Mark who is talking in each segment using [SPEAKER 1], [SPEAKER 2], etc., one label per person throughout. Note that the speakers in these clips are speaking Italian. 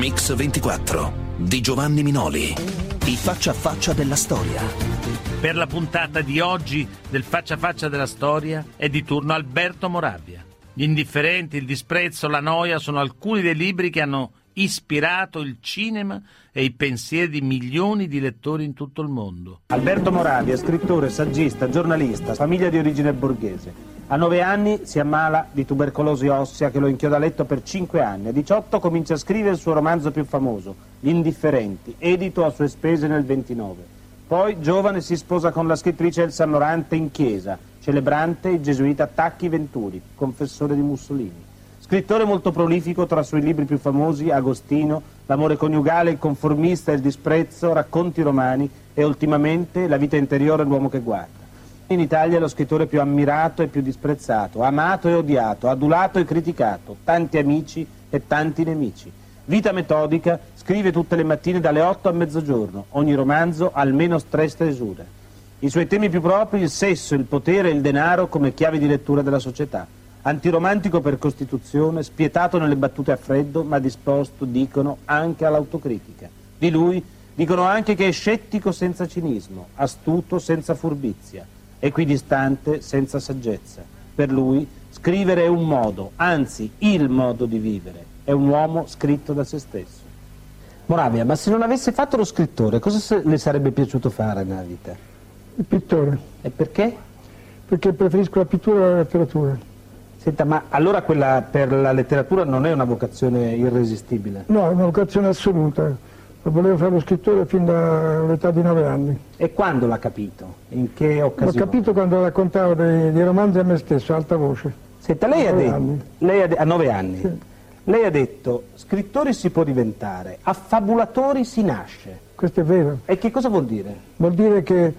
[SPEAKER 1] Mix 24 di Giovanni Minoli. I faccia a faccia della storia.
[SPEAKER 2] Per la puntata di oggi del Faccia a faccia della storia è di turno Alberto Moravia. Gli indifferenti, il disprezzo, la noia sono alcuni dei libri che hanno ispirato il cinema e i pensieri di milioni di lettori in tutto il mondo.
[SPEAKER 3] Alberto Moravia, scrittore, saggista, giornalista, famiglia di origine borghese. A 9 anni si ammala di tubercolosi ossea che lo inchioda a letto per 5 anni. A 18 comincia a scrivere il suo romanzo più famoso, Gli indifferenti, edito a sue spese nel 29. Poi, giovane, si sposa con la scrittrice Elsa Morante in chiesa, celebrante il gesuita Tacchi Venturi, confessore di Mussolini. Scrittore molto prolifico, tra i suoi libri più famosi Agostino, L'amore coniugale, Il conformista e il disprezzo, Racconti romani e ultimamente La vita interiore e l'uomo che guarda. In Italia è lo scrittore più ammirato e più disprezzato, amato e odiato, adulato e criticato, tanti amici e tanti nemici. Vita metodica, scrive tutte le mattine dalle 8 a mezzogiorno, ogni romanzo almeno 3 stesure. I suoi temi più propri, il sesso, il potere e il denaro come chiavi di lettura della società. Antiromantico per costituzione, spietato nelle battute a freddo, ma disposto, dicono, anche all'autocritica. Di lui dicono anche che è scettico senza cinismo, astuto senza furbizia, equidistante senza saggezza. Per lui scrivere è un modo, anzi il modo di vivere, è un uomo scritto da se stesso. Moravia, ma se non avesse fatto lo scrittore, cosa le sarebbe piaciuto fare nella vita?
[SPEAKER 4] Il pittore.
[SPEAKER 3] E perché?
[SPEAKER 4] Perché preferisco la pittura alla letteratura.
[SPEAKER 3] Senta, ma allora quella per la letteratura non è una vocazione irresistibile?
[SPEAKER 4] No, è una vocazione assoluta. Volevo fare lo scrittore fin dall'età di 9 anni.
[SPEAKER 3] E quando l'ha capito? In che occasione?
[SPEAKER 4] L'ho capito quando raccontavo dei romanzi a me stesso, a alta voce.
[SPEAKER 3] Senta, lei ha detto, a 9 anni,
[SPEAKER 4] sì.
[SPEAKER 3] Lei ha detto, scrittori si può diventare, affabulatori si nasce.
[SPEAKER 4] Questo è vero.
[SPEAKER 3] E che cosa vuol dire?
[SPEAKER 4] Vuol dire che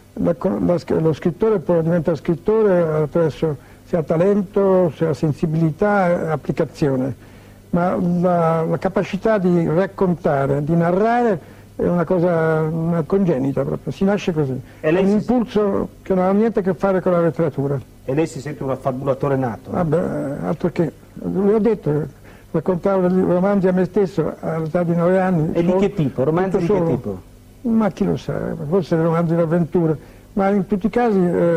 [SPEAKER 4] lo scrittore può diventare scrittore attraverso se ha talento, se ha sensibilità e applicazione. Ma la capacità di raccontare, di narrare è una cosa congenita proprio, si nasce così. È un impulso che non ha niente a che fare con la letteratura.
[SPEAKER 3] E lei si sente un affabulatore nato?
[SPEAKER 4] Vabbè, altro che, le ho detto, raccontavo dei romanzi a me stesso all'età di 9 anni.
[SPEAKER 3] E di che tipo? Romanzi di che tipo?
[SPEAKER 4] Ma chi lo sa, forse romanzi d'avventura, ma in tutti i casi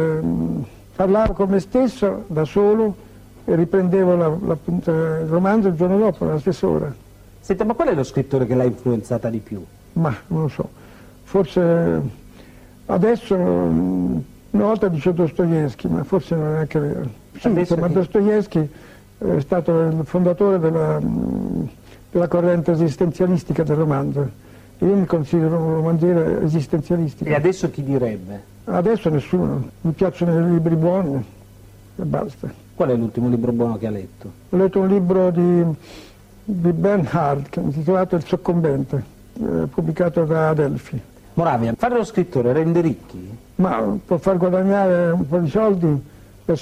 [SPEAKER 4] parlavo con me stesso da solo e riprendevo il romanzo il giorno dopo, alla stessa ora.
[SPEAKER 3] Senta, ma qual è lo scrittore che l'ha influenzata di più?
[SPEAKER 4] Ma non lo so, forse adesso una volta dice Dostoevskij, ma forse non è neanche vero. Sì, ma Dostoevskij è stato il fondatore della corrente esistenzialistica del romanzo. Io mi considero un romanziere esistenzialistico.
[SPEAKER 3] E adesso chi direbbe?
[SPEAKER 4] Adesso nessuno, mi piacciono i libri buoni e basta.
[SPEAKER 3] Qual è l'ultimo libro buono che ha letto?
[SPEAKER 4] Ho letto un libro di Bernhard, intitolato Il soccombente, pubblicato da Adelphi.
[SPEAKER 3] Moravia, fare lo scrittore rende ricchi?
[SPEAKER 4] Ma può far guadagnare un po' di soldi per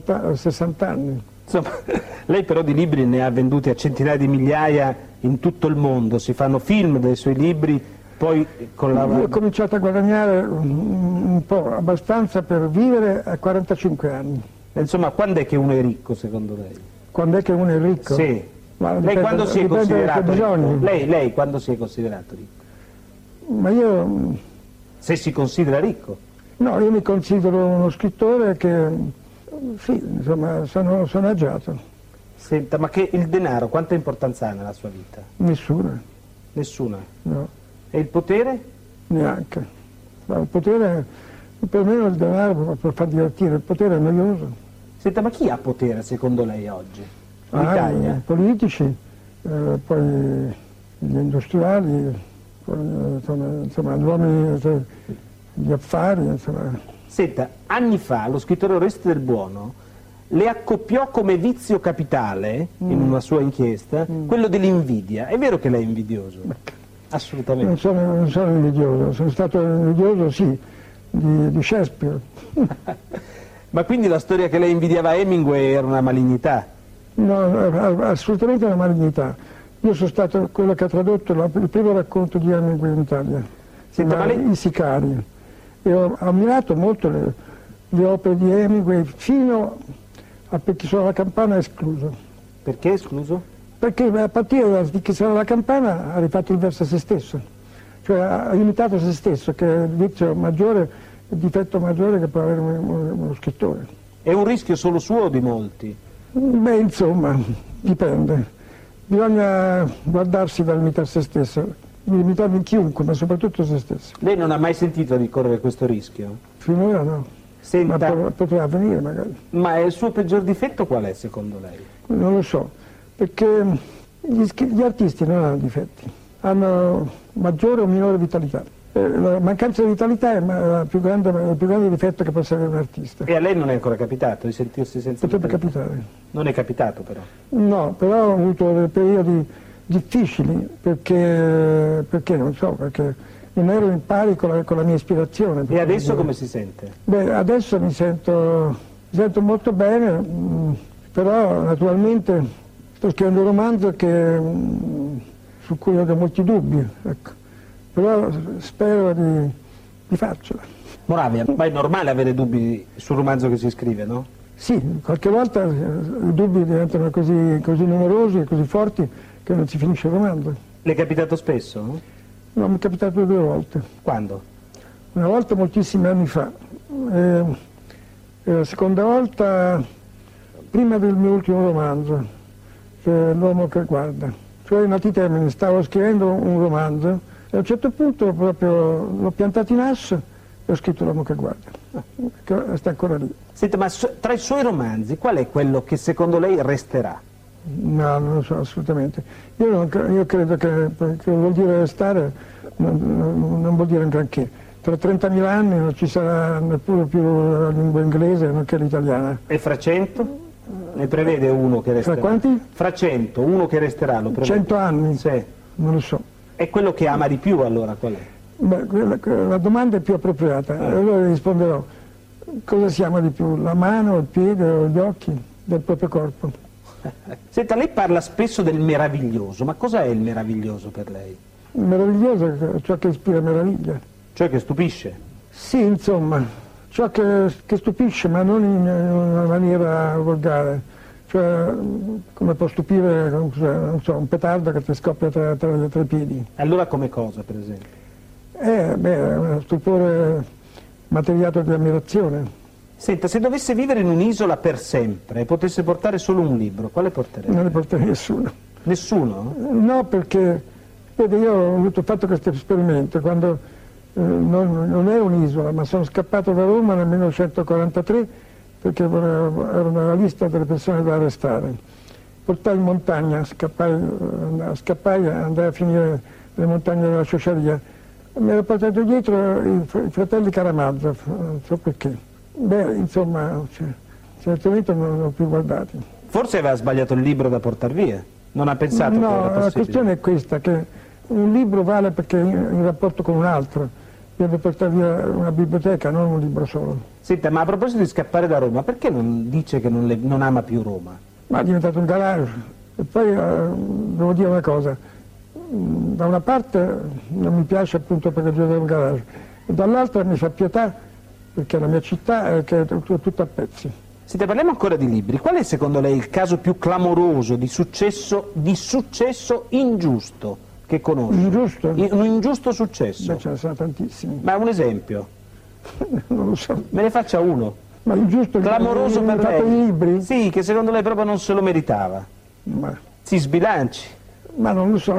[SPEAKER 4] 60 anni.
[SPEAKER 3] Insomma, lei però di libri ne ha venduti a centinaia di migliaia in tutto il mondo, si fanno film dei suoi libri, poi con la...
[SPEAKER 4] Io ho cominciato a guadagnare un po', abbastanza per vivere a 45 anni.
[SPEAKER 3] Insomma, quando è che uno è ricco secondo lei?
[SPEAKER 4] Quando è che uno è ricco?
[SPEAKER 3] Sì.
[SPEAKER 4] Ma
[SPEAKER 3] lei
[SPEAKER 4] dipende,
[SPEAKER 3] quando si è considerato ricco? Lei quando si è considerato ricco?
[SPEAKER 4] Ma io...
[SPEAKER 3] Se si considera ricco?
[SPEAKER 4] No, io mi considero uno scrittore che, sì, insomma, sono agiato.
[SPEAKER 3] Senta, ma che il denaro quanta importanza ha nella sua vita?
[SPEAKER 4] Nessuna.
[SPEAKER 3] Nessuna?
[SPEAKER 4] No.
[SPEAKER 3] E il potere?
[SPEAKER 4] Neanche. Ma il potere, per me il denaro per far divertire, il potere è noioso.
[SPEAKER 3] Senta, ma chi ha potere secondo lei oggi? In Italia?
[SPEAKER 4] I politici, poi gli industriali, poi, insomma, gli uomini gli affari, insomma.
[SPEAKER 3] Senta, anni fa lo scrittore Oreste del Buono le accoppiò come vizio capitale, in una sua inchiesta, quello dell'invidia. È vero che lei è invidioso? Assolutamente.
[SPEAKER 4] Non sono invidioso, sono stato invidioso, sì, di Shakespeare.
[SPEAKER 3] Ma quindi la storia che lei invidiava Hemingway era una malignità?
[SPEAKER 4] No, assolutamente una malignità. Io sono stato quello che ha tradotto il primo racconto di Hemingway in Italia, I Sicari, e ho ammirato molto le opere di Hemingway fino a Perché suona la campana è escluso.
[SPEAKER 3] Perché è escluso?
[SPEAKER 4] Perché a partire da Chi sarà la campana ha rifatto il verso a se stesso, cioè ha imitato se stesso, che è il vizio maggiore, il difetto maggiore che può avere uno scrittore.
[SPEAKER 3] È un rischio solo suo o di molti?
[SPEAKER 4] Beh, insomma, dipende. Bisogna guardarsi dall'imitare se stesso, imitare in chiunque, ma soprattutto se stesso.
[SPEAKER 3] Lei non ha mai sentito di correre questo rischio?
[SPEAKER 4] Finora no,
[SPEAKER 3] Senta,
[SPEAKER 4] ma potrà avvenire magari.
[SPEAKER 3] ma il suo peggior difetto qual è secondo lei?
[SPEAKER 4] Non lo so, perché gli artisti non hanno difetti, hanno maggiore o minore vitalità. La mancanza di vitalità è il più grande difetto che possa avere un artista.
[SPEAKER 3] E a lei non è ancora capitato di sentirsi senza
[SPEAKER 4] Potrebbe
[SPEAKER 3] vitalità?
[SPEAKER 4] capitare.
[SPEAKER 3] Non è capitato però?
[SPEAKER 4] No, però ho avuto dei periodi difficili perché non so, perché non ero in pari con la mia ispirazione.
[SPEAKER 3] E adesso come si sente?
[SPEAKER 4] Beh, adesso mi sento molto bene, però naturalmente sto scrivendo un romanzo su cui ho molti dubbi, ecco. Però spero di farcela.
[SPEAKER 3] Moravia, ma è normale avere dubbi sul romanzo che si scrive, no?
[SPEAKER 4] Sì, qualche volta i dubbi diventano così numerosi e così forti che non si finisce il romanzo.
[SPEAKER 3] Le è capitato spesso? No?
[SPEAKER 4] No, mi è capitato 2 volte.
[SPEAKER 3] Quando?
[SPEAKER 4] Una volta moltissimi anni fa e la seconda volta prima del mio ultimo romanzo, che è L'uomo che guarda. Cioè in altri termini stavo scrivendo un romanzo e a un certo punto proprio l'ho piantato in asso e ho scritto L'uomo che guarda, che sta ancora lì.
[SPEAKER 3] Senta, ma tra i suoi romanzi qual è quello che secondo lei resterà?
[SPEAKER 4] No, non lo so assolutamente. Io credo che vuol dire restare non vuol dire un granché. Tra 30.000 anni non ci sarà neppure più la lingua inglese nonché l'italiana.
[SPEAKER 3] E fra 100? Ne prevede uno che resterà?
[SPEAKER 4] Fra quanti?
[SPEAKER 3] Fra 100, uno che resterà, lo prevede?
[SPEAKER 4] 100 anni?
[SPEAKER 3] Sì.
[SPEAKER 4] Non lo so.
[SPEAKER 3] E quello che ama di più allora qual è?
[SPEAKER 4] Beh, la domanda è più appropriata. Allora risponderò: cosa si ama di più? La mano, il piede o gli occhi del proprio corpo?
[SPEAKER 3] Senta, lei parla spesso del meraviglioso, ma cosa è il meraviglioso per lei?
[SPEAKER 4] Il meraviglioso è ciò che ispira meraviglia.
[SPEAKER 3] Cioè che stupisce?
[SPEAKER 4] Sì, insomma, ciò che stupisce, ma non in una maniera volgare. Cioè, come può stupire, non so, un petardo che ti scoppia tra i piedi.
[SPEAKER 3] Allora come cosa, per esempio?
[SPEAKER 4] È uno stupore materiato di ammirazione.
[SPEAKER 3] Senta, se dovesse vivere in un'isola per sempre e potesse portare solo un libro, quale porterebbe?
[SPEAKER 4] Non ne porterei nessuno.
[SPEAKER 3] Nessuno?
[SPEAKER 4] No, perché, vede, io ho fatto questo esperimento quando non ero un'isola, ma sono scappato da Roma nel 1943 perché ero nella lista delle persone da arrestare. Portai in montagna, scappai e andai a finire nelle montagne della Ciociaria. Mi ero portato dietro i fratelli Karamazov, non so perché. Beh, insomma, certamente non l'ho più guardati.
[SPEAKER 3] Forse aveva sbagliato il libro da portar via, non ha pensato che era
[SPEAKER 4] No,
[SPEAKER 3] possibile.
[SPEAKER 4] la questione è questa, che un libro vale perché in rapporto con un altro. Deve portare via una biblioteca, non un libro solo.
[SPEAKER 3] Senta, ma a proposito di scappare da Roma, perché non dice che non ama più Roma?
[SPEAKER 4] Ma è diventato un garage. E poi devo dire una cosa, da una parte non mi piace appunto perché è un garage, e dall'altra mi fa pietà perché la mia città è tutta a pezzi.
[SPEAKER 3] Senta, parliamo ancora di libri. Qual è secondo lei il caso più clamoroso di successo ingiusto che conosce?
[SPEAKER 4] Ingiusto?
[SPEAKER 3] Un ingiusto successo?
[SPEAKER 4] Beh, ce ne sono tantissimi.
[SPEAKER 3] Ma un esempio?
[SPEAKER 4] Non lo so.
[SPEAKER 3] Me ne faccia uno.
[SPEAKER 4] Ma ingiusto
[SPEAKER 3] Clamoroso per
[SPEAKER 4] fatto i
[SPEAKER 3] lei?
[SPEAKER 4] libri?
[SPEAKER 3] Sì, che secondo lei proprio non se lo meritava.
[SPEAKER 4] Ma
[SPEAKER 3] Si sbilanci.
[SPEAKER 4] non lo so.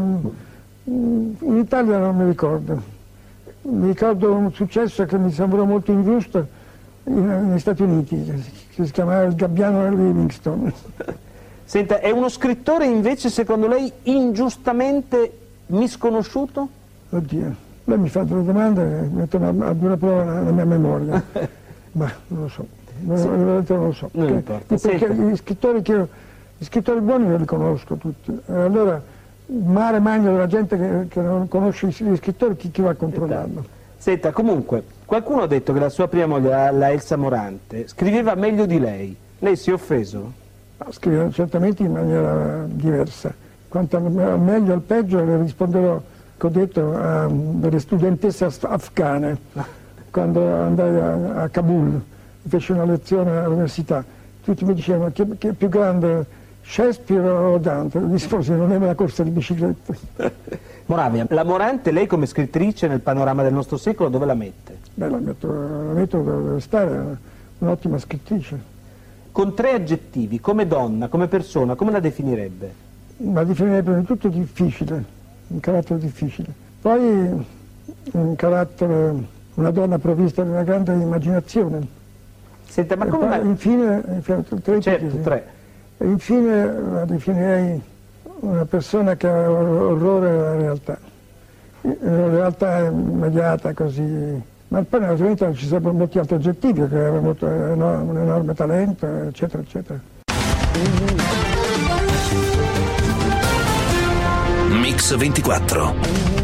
[SPEAKER 4] In Italia non mi ricordo. Mi ricordo un successo che mi sembrò molto ingiusto negli Stati Uniti, che si chiamava Il Gabbiano Livingstone.
[SPEAKER 3] Senta, è uno scrittore invece secondo lei ingiustamente misconosciuto?
[SPEAKER 4] Oddio, lei mi fa delle domande e mettono a dura prova la mia memoria. Ma non lo so, veramente non lo so.
[SPEAKER 3] Non importa.
[SPEAKER 4] Perché gli scrittori buoni io li conosco tutti. E allora, mare magno della gente che non conosce gli scrittori, chi va a controllarlo?
[SPEAKER 3] Senta, comunque, qualcuno ha detto che la sua prima moglie, la Elsa Morante, scriveva meglio di lei. Lei si è offeso?
[SPEAKER 4] Scrive certamente in maniera diversa. Quanto al meglio o al peggio le risponderò, che ho detto, a delle studentesse afghane, quando andai a Kabul, feci una lezione all'università. Tutti mi dicevano che è più grande Shakespeare o Dante, disposi non è una corsa di biciclette.
[SPEAKER 3] Moravia, la Morante, lei come scrittrice nel panorama del nostro secolo dove la mette?
[SPEAKER 4] Beh, la metto dove deve stare, un'ottima scrittrice.
[SPEAKER 3] Con 3 aggettivi, come donna, come persona, come la definirebbe?
[SPEAKER 4] La definirei prima di tutto difficile, un carattere difficile. Poi un carattere, una donna provvista di una grande immaginazione.
[SPEAKER 3] Senta, ma come mai?
[SPEAKER 4] Infine,
[SPEAKER 3] Certo, 3.
[SPEAKER 4] E infine la definirei una persona che ha orrore alla realtà. La realtà è immediata così, ma poi naturalmente ci sarebbero molti altri aggettivi, che aveva un enorme talento, eccetera, eccetera.
[SPEAKER 1] Mix 24.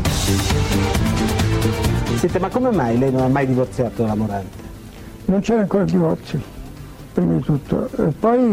[SPEAKER 3] Senta, ma come mai lei non ha mai divorziato dalla Morante?
[SPEAKER 4] Non c'era ancora il divorzio, prima di tutto, e poi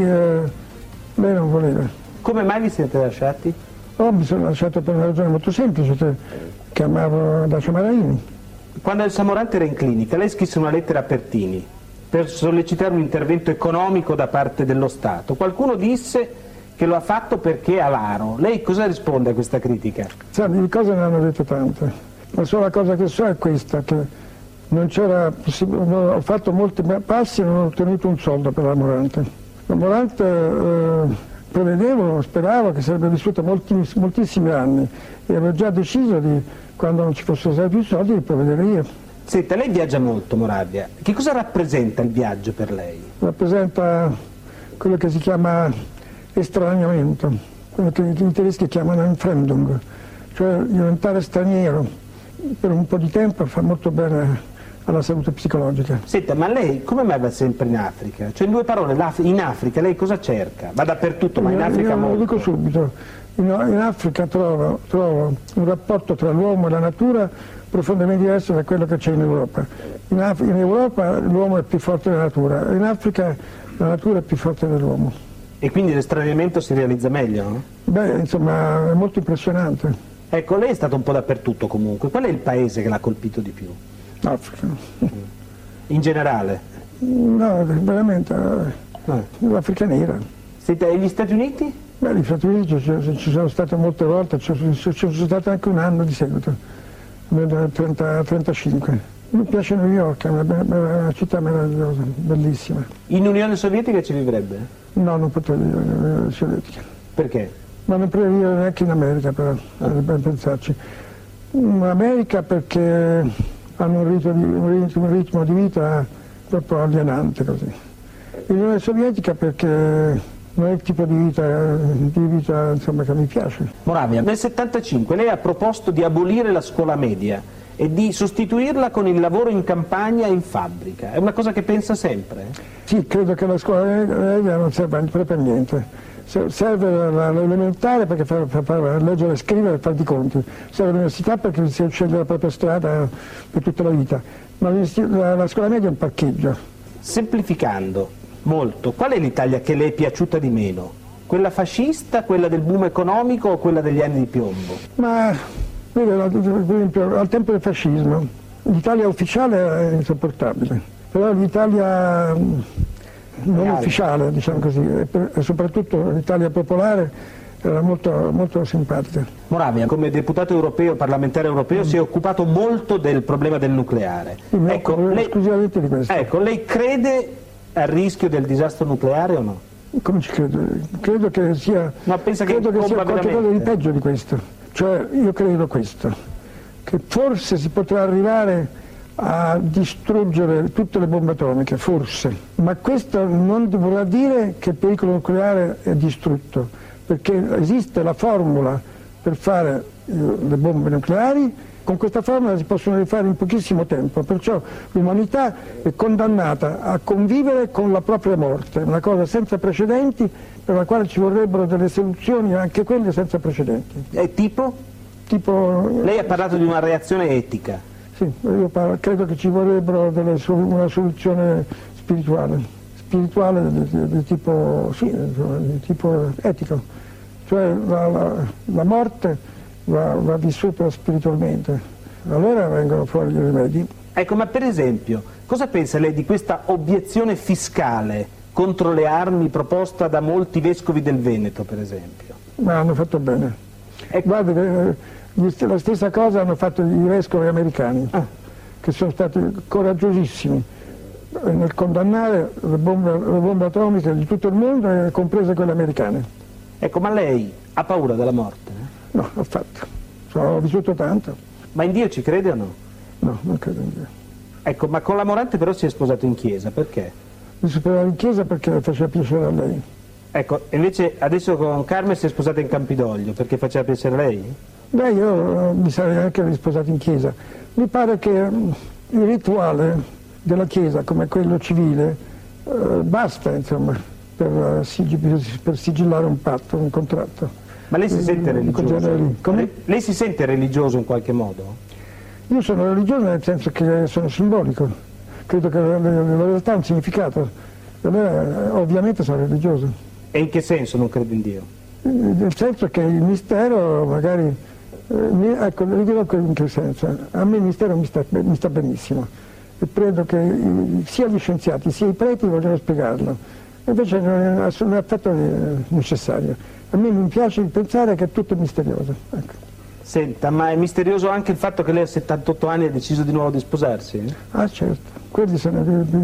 [SPEAKER 4] lei non voleva.
[SPEAKER 3] Come mai vi siete lasciati?
[SPEAKER 4] Oh, mi sono lasciato per una ragione molto semplice, che amavo Dacio Maraini.
[SPEAKER 3] Quando Elsa Morante era in clinica, lei scrisse una lettera a Pertini per sollecitare un intervento economico da parte dello Stato. Qualcuno disse che lo ha fatto perché è avaro. Lei cosa risponde a questa critica?
[SPEAKER 4] Sai, di cose ne hanno dette tante. La sola cosa che so è questa, che non c'era possibile, ho fatto molti passi e non ho ottenuto un soldo per la Morante. La Morante prevedevo, speravo che sarebbe vissuta moltissimi anni e avevo già deciso quando non ci fossero stati più soldi, di provvedere io.
[SPEAKER 3] Senta, lei viaggia molto, Moravia. Che cosa rappresenta il viaggio per lei?
[SPEAKER 4] Rappresenta quello che si chiama estraniamento, quello che i tedeschi chiamano Entfremdung, cioè diventare straniero per un po' di tempo fa molto bene alla salute psicologica.
[SPEAKER 3] Senta, ma lei come mai va sempre in Africa? Cioè, in 2 parole, in Africa lei cosa cerca? Va dappertutto, ma in Africa molto.
[SPEAKER 4] Lo dico subito, in Africa trovo un rapporto tra l'uomo e la natura profondamente diverso da quello che c'è in Europa. In Europa l'uomo è più forte della natura, in Africa la natura è più forte dell'uomo.
[SPEAKER 3] E quindi l'estraniamento si realizza meglio, no?
[SPEAKER 4] Beh, insomma, è molto impressionante.
[SPEAKER 3] Ecco, lei è stato un po' dappertutto comunque. Qual è il paese che l'ha colpito di più?
[SPEAKER 4] L'Africa.
[SPEAKER 3] In generale?
[SPEAKER 4] No, veramente, l'Africa nera.
[SPEAKER 3] Senta, e gli Stati Uniti?
[SPEAKER 4] Beh, gli Stati Uniti ci sono stato molte volte, ci sono stato anche un anno di seguito, nel 35. Mi piace New York, è una città meravigliosa, bellissima.
[SPEAKER 3] In Unione Sovietica ci vivrebbe?
[SPEAKER 4] No, non potrei vivere in Unione Sovietica.
[SPEAKER 3] Perché?
[SPEAKER 4] Ma non potrei vivere neanche in America, per pensarci. In America perché hanno un ritmo di vita proprio alienante così. In Unione Sovietica perché non è il tipo di vita insomma, che mi piace.
[SPEAKER 3] Moravia, nel 75 lei ha proposto di abolire la scuola media e di sostituirla con il lavoro in campagna e in fabbrica. È una cosa che pensa sempre?
[SPEAKER 4] Sì, credo che la scuola media non serva per niente. Serve l'elementare perché fa leggere e scrivere e fare i conti, serve l'università perché si sceglie la propria strada per tutta la vita, ma la scuola media è un parcheggio.
[SPEAKER 3] Semplificando molto, qual è l'Italia che le è piaciuta di meno? Quella fascista, quella del boom economico o quella degli anni di piombo?
[SPEAKER 4] Ma, vede, per esempio, al tempo del fascismo, l'Italia ufficiale è insopportabile, però l'Italia non ufficiale, diciamo così, e soprattutto l'Italia popolare era molto, molto simpatica.
[SPEAKER 3] Moravia, come deputato europeo, parlamentare europeo, si è occupato molto del problema del nucleare.
[SPEAKER 4] Ecco, esclusivamente di questo.
[SPEAKER 3] Ecco, lei crede al rischio del disastro nucleare o no?
[SPEAKER 4] Come ci credo? Credo che sia,
[SPEAKER 3] pensa
[SPEAKER 4] credo che sia qualcosa di
[SPEAKER 3] veramente
[SPEAKER 4] peggio di questo. Cioè, io credo questo, che forse si potrà arrivare a distruggere tutte le bombe atomiche, forse, ma questo non vorrà dire che il pericolo nucleare è distrutto, perché esiste la formula per fare le bombe nucleari, con questa formula si possono rifare in pochissimo tempo, perciò l'umanità è condannata a convivere con la propria morte, una cosa senza precedenti per la quale ci vorrebbero delle soluzioni, anche quelle senza precedenti.
[SPEAKER 3] E tipo? Lei ha parlato di una reazione etica.
[SPEAKER 4] Sì, io credo che ci vorrebbero una soluzione spirituale di tipo etico, cioè la morte va vissuta spiritualmente, allora vengono fuori gli rimedi.
[SPEAKER 3] Ecco, ma per esempio, cosa pensa lei di questa obiezione fiscale contro le armi proposta da molti vescovi del Veneto, per esempio.
[SPEAKER 4] Ma hanno fatto bene. Guarda, la stessa cosa hanno fatto i vescovi americani, che sono stati coraggiosissimi nel condannare le bombe atomiche di tutto il mondo, comprese quelle americane.
[SPEAKER 3] Ecco, ma lei ha paura della morte?
[SPEAKER 4] No, affatto. Ho vissuto tanto.
[SPEAKER 3] Ma in Dio ci crede o no?
[SPEAKER 4] No, non credo in Dio.
[SPEAKER 3] Ecco, ma con la Morante però si è sposato in chiesa, perché?
[SPEAKER 4] Mi sposavo in chiesa perché faceva piacere a lei.
[SPEAKER 3] Ecco, invece adesso con Carmen si è sposata in Campidoglio, perché faceva piacere a lei?
[SPEAKER 4] Beh, io mi sarei anche risposato in chiesa. Mi pare che il rituale della chiesa, come quello civile, basta, insomma, per sigillare un patto, un contratto.
[SPEAKER 3] Ma lei si sente religioso?
[SPEAKER 4] Come?
[SPEAKER 3] Lei si sente religioso in qualche modo?
[SPEAKER 4] Io sono religioso nel senso che sono simbolico. Credo che la realtà ha un significato. Ovviamente sono religioso.
[SPEAKER 3] E in che senso non crede in Dio?
[SPEAKER 4] Nel senso che il mistero magari... ecco, le dirò in che senso. A me il mistero mi sta benissimo. E credo che sia gli scienziati sia i preti vogliono spiegarlo. Invece non è affatto necessario. A me mi piace pensare che è tutto misterioso. Ecco.
[SPEAKER 3] Senta, ma è misterioso anche il fatto che lei a 78 anni ha deciso di nuovo di sposarsi?
[SPEAKER 4] Ah certo, quelli sono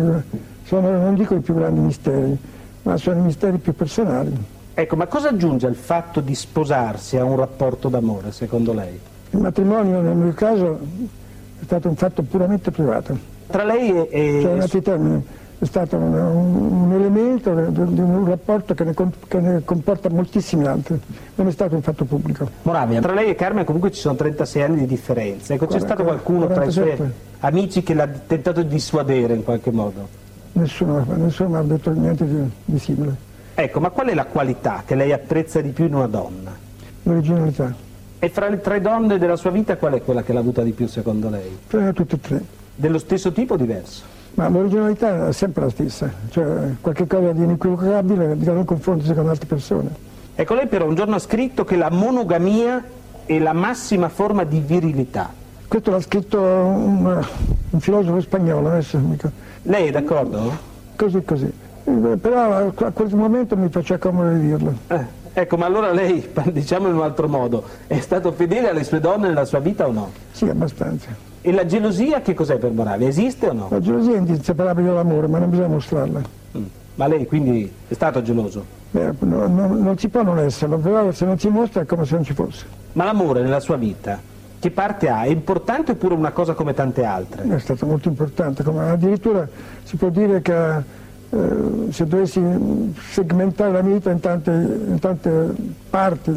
[SPEAKER 4] non dico i più grandi misteri, ma sono i misteri più personali.
[SPEAKER 3] Ecco, ma cosa aggiunge al fatto di sposarsi a un rapporto d'amore, secondo lei?
[SPEAKER 4] Il matrimonio nel mio caso è stato un fatto puramente privato.
[SPEAKER 3] Tra lei e...
[SPEAKER 4] Cioè, è stato un elemento di un rapporto che ne comporta moltissimi altri, non è stato un fatto pubblico.
[SPEAKER 3] Moravia, tra lei e Carmen comunque ci sono 36 anni di differenza. Ecco, c'è stato qualcuno 47. Tra i suoi amici che l'ha tentato di dissuadere in qualche modo?
[SPEAKER 4] Nessuno mi ha detto niente di simile.
[SPEAKER 3] Ecco, ma qual è la qualità che lei apprezza di più in una donna?
[SPEAKER 4] L'originalità.
[SPEAKER 3] E fra le 3 donne della sua vita qual è quella che l'ha avuta di più secondo lei?
[SPEAKER 4] Tutte e 3.
[SPEAKER 3] Dello stesso tipo o diverso?
[SPEAKER 4] Ma l'originalità è sempre la stessa, cioè qualcosa di inequivocabile da non confondersi con altre persone.
[SPEAKER 3] Ecco, lei però un giorno ha scritto che la monogamia è la massima forma di virilità.
[SPEAKER 4] Questo l'ha scritto un filosofo spagnolo, adesso mica.
[SPEAKER 3] Lei è d'accordo?
[SPEAKER 4] Così. Però a quel momento mi faceva comodo di dirlo.
[SPEAKER 3] Ecco, ma allora lei, diciamo in un altro modo, è stato fedele alle sue donne nella sua vita o no?
[SPEAKER 4] Sì, abbastanza.
[SPEAKER 3] E la gelosia che cos'è per Moravia? Esiste o no?
[SPEAKER 4] La gelosia è inseparabile dall'amore, ma non bisogna mostrarla.
[SPEAKER 3] Ma lei quindi è stato geloso?
[SPEAKER 4] Beh, non si può non esserlo, però se non si mostra è come se non ci fosse.
[SPEAKER 3] Ma l'amore nella sua vita, che parte ha? È importante oppure una cosa come tante altre?
[SPEAKER 4] È stato molto importante, addirittura si può dire che se dovessi segmentare la mia vita in tante parti,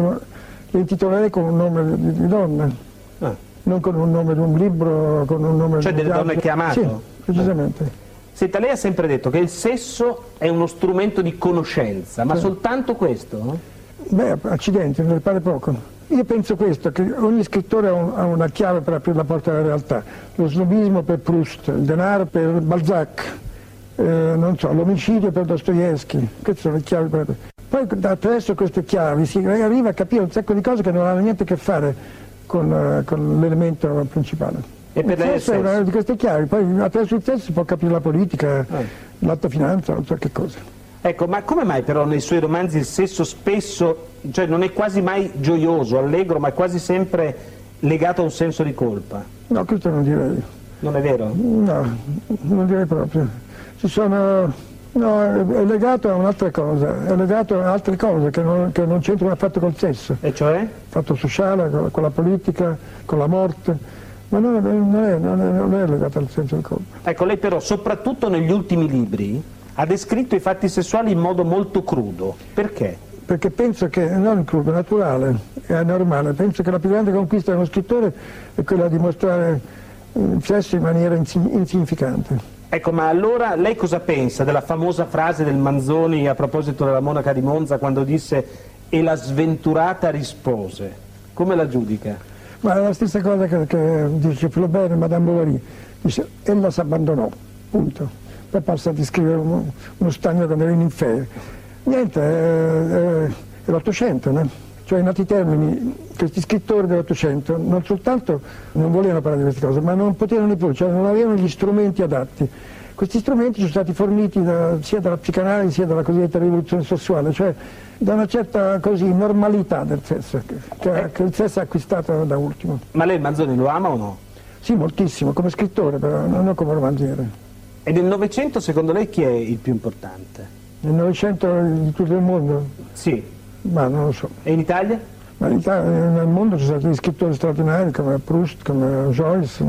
[SPEAKER 4] le intitolerei con un nome di donna. Non con un nome di un libro, con un nome
[SPEAKER 3] cioè
[SPEAKER 4] di
[SPEAKER 3] delle donne che ha amato?
[SPEAKER 4] Sì, precisamente.
[SPEAKER 3] Senta, lei ha sempre detto che il sesso è uno strumento di conoscenza, ma soltanto questo?
[SPEAKER 4] Beh, accidenti, ne pare poco. Io penso questo, che ogni scrittore ha una chiave per aprire la porta alla realtà. Lo snobismo per Proust, il denaro per Balzac, non so, l'omicidio per Dostoevsky, queste sono le chiavi per... Poi attraverso queste chiavi si arriva a capire un sacco di cose che non hanno niente a che fare con l'elemento principale.
[SPEAKER 3] E per lei
[SPEAKER 4] è una di queste chiavi, poi attraverso il sesso si può capire la politica, l'alta finanza, non so che cosa.
[SPEAKER 3] Ecco, ma come mai però nei suoi romanzi il sesso spesso, cioè non è quasi mai gioioso, allegro, ma è quasi sempre legato a un senso di colpa?
[SPEAKER 4] No, questo non direi.
[SPEAKER 3] Non è vero?
[SPEAKER 4] No, non direi proprio. No, è legato a un'altra cosa, è legato a altre cose che non c'entrano affatto col sesso.
[SPEAKER 3] E cioè?
[SPEAKER 4] Il fatto sociale, con la politica, con la morte, ma non è legato al senso di colpa.
[SPEAKER 3] Ecco, lei però, soprattutto negli ultimi libri, ha descritto i fatti sessuali in modo molto crudo. Perché?
[SPEAKER 4] Perché penso che, non crudo, è naturale, è normale, penso che la più grande conquista di uno scrittore è quella di mostrare il sesso in maniera insignificante.
[SPEAKER 3] Ecco, ma allora lei cosa pensa della famosa frase del Manzoni a proposito della monaca di Monza quando disse "e la sventurata rispose"? Come la giudica?
[SPEAKER 4] Ma è la stessa cosa che dice Flaubert e Madame Bovary, dice "ella si abbandonò", punto. Poi passa a descrivere uno stagno con delle ninfee. Niente, è l'Ottocento, no? Cioè in altri termini, questi scrittori dell'Ottocento non soltanto non volevano parlare di queste cose, ma non potevano neppure, cioè non avevano gli strumenti adatti. Questi strumenti sono stati forniti sia dalla psicanalisi sia dalla cosiddetta rivoluzione sessuale, cioè da una certa normalità del sesso, che il sesso è acquistato da ultimo.
[SPEAKER 3] Ma lei Manzoni lo ama o no?
[SPEAKER 4] Sì, moltissimo, come scrittore però, non come romanziere.
[SPEAKER 3] E nel Novecento secondo lei chi è il più importante?
[SPEAKER 4] Nel Novecento di tutto il mondo?
[SPEAKER 3] Sì.
[SPEAKER 4] Ma non lo so.
[SPEAKER 3] E in Italia?
[SPEAKER 4] Ma in Italia, nel mondo ci sono stati scrittori straordinari come Proust, come Joyce,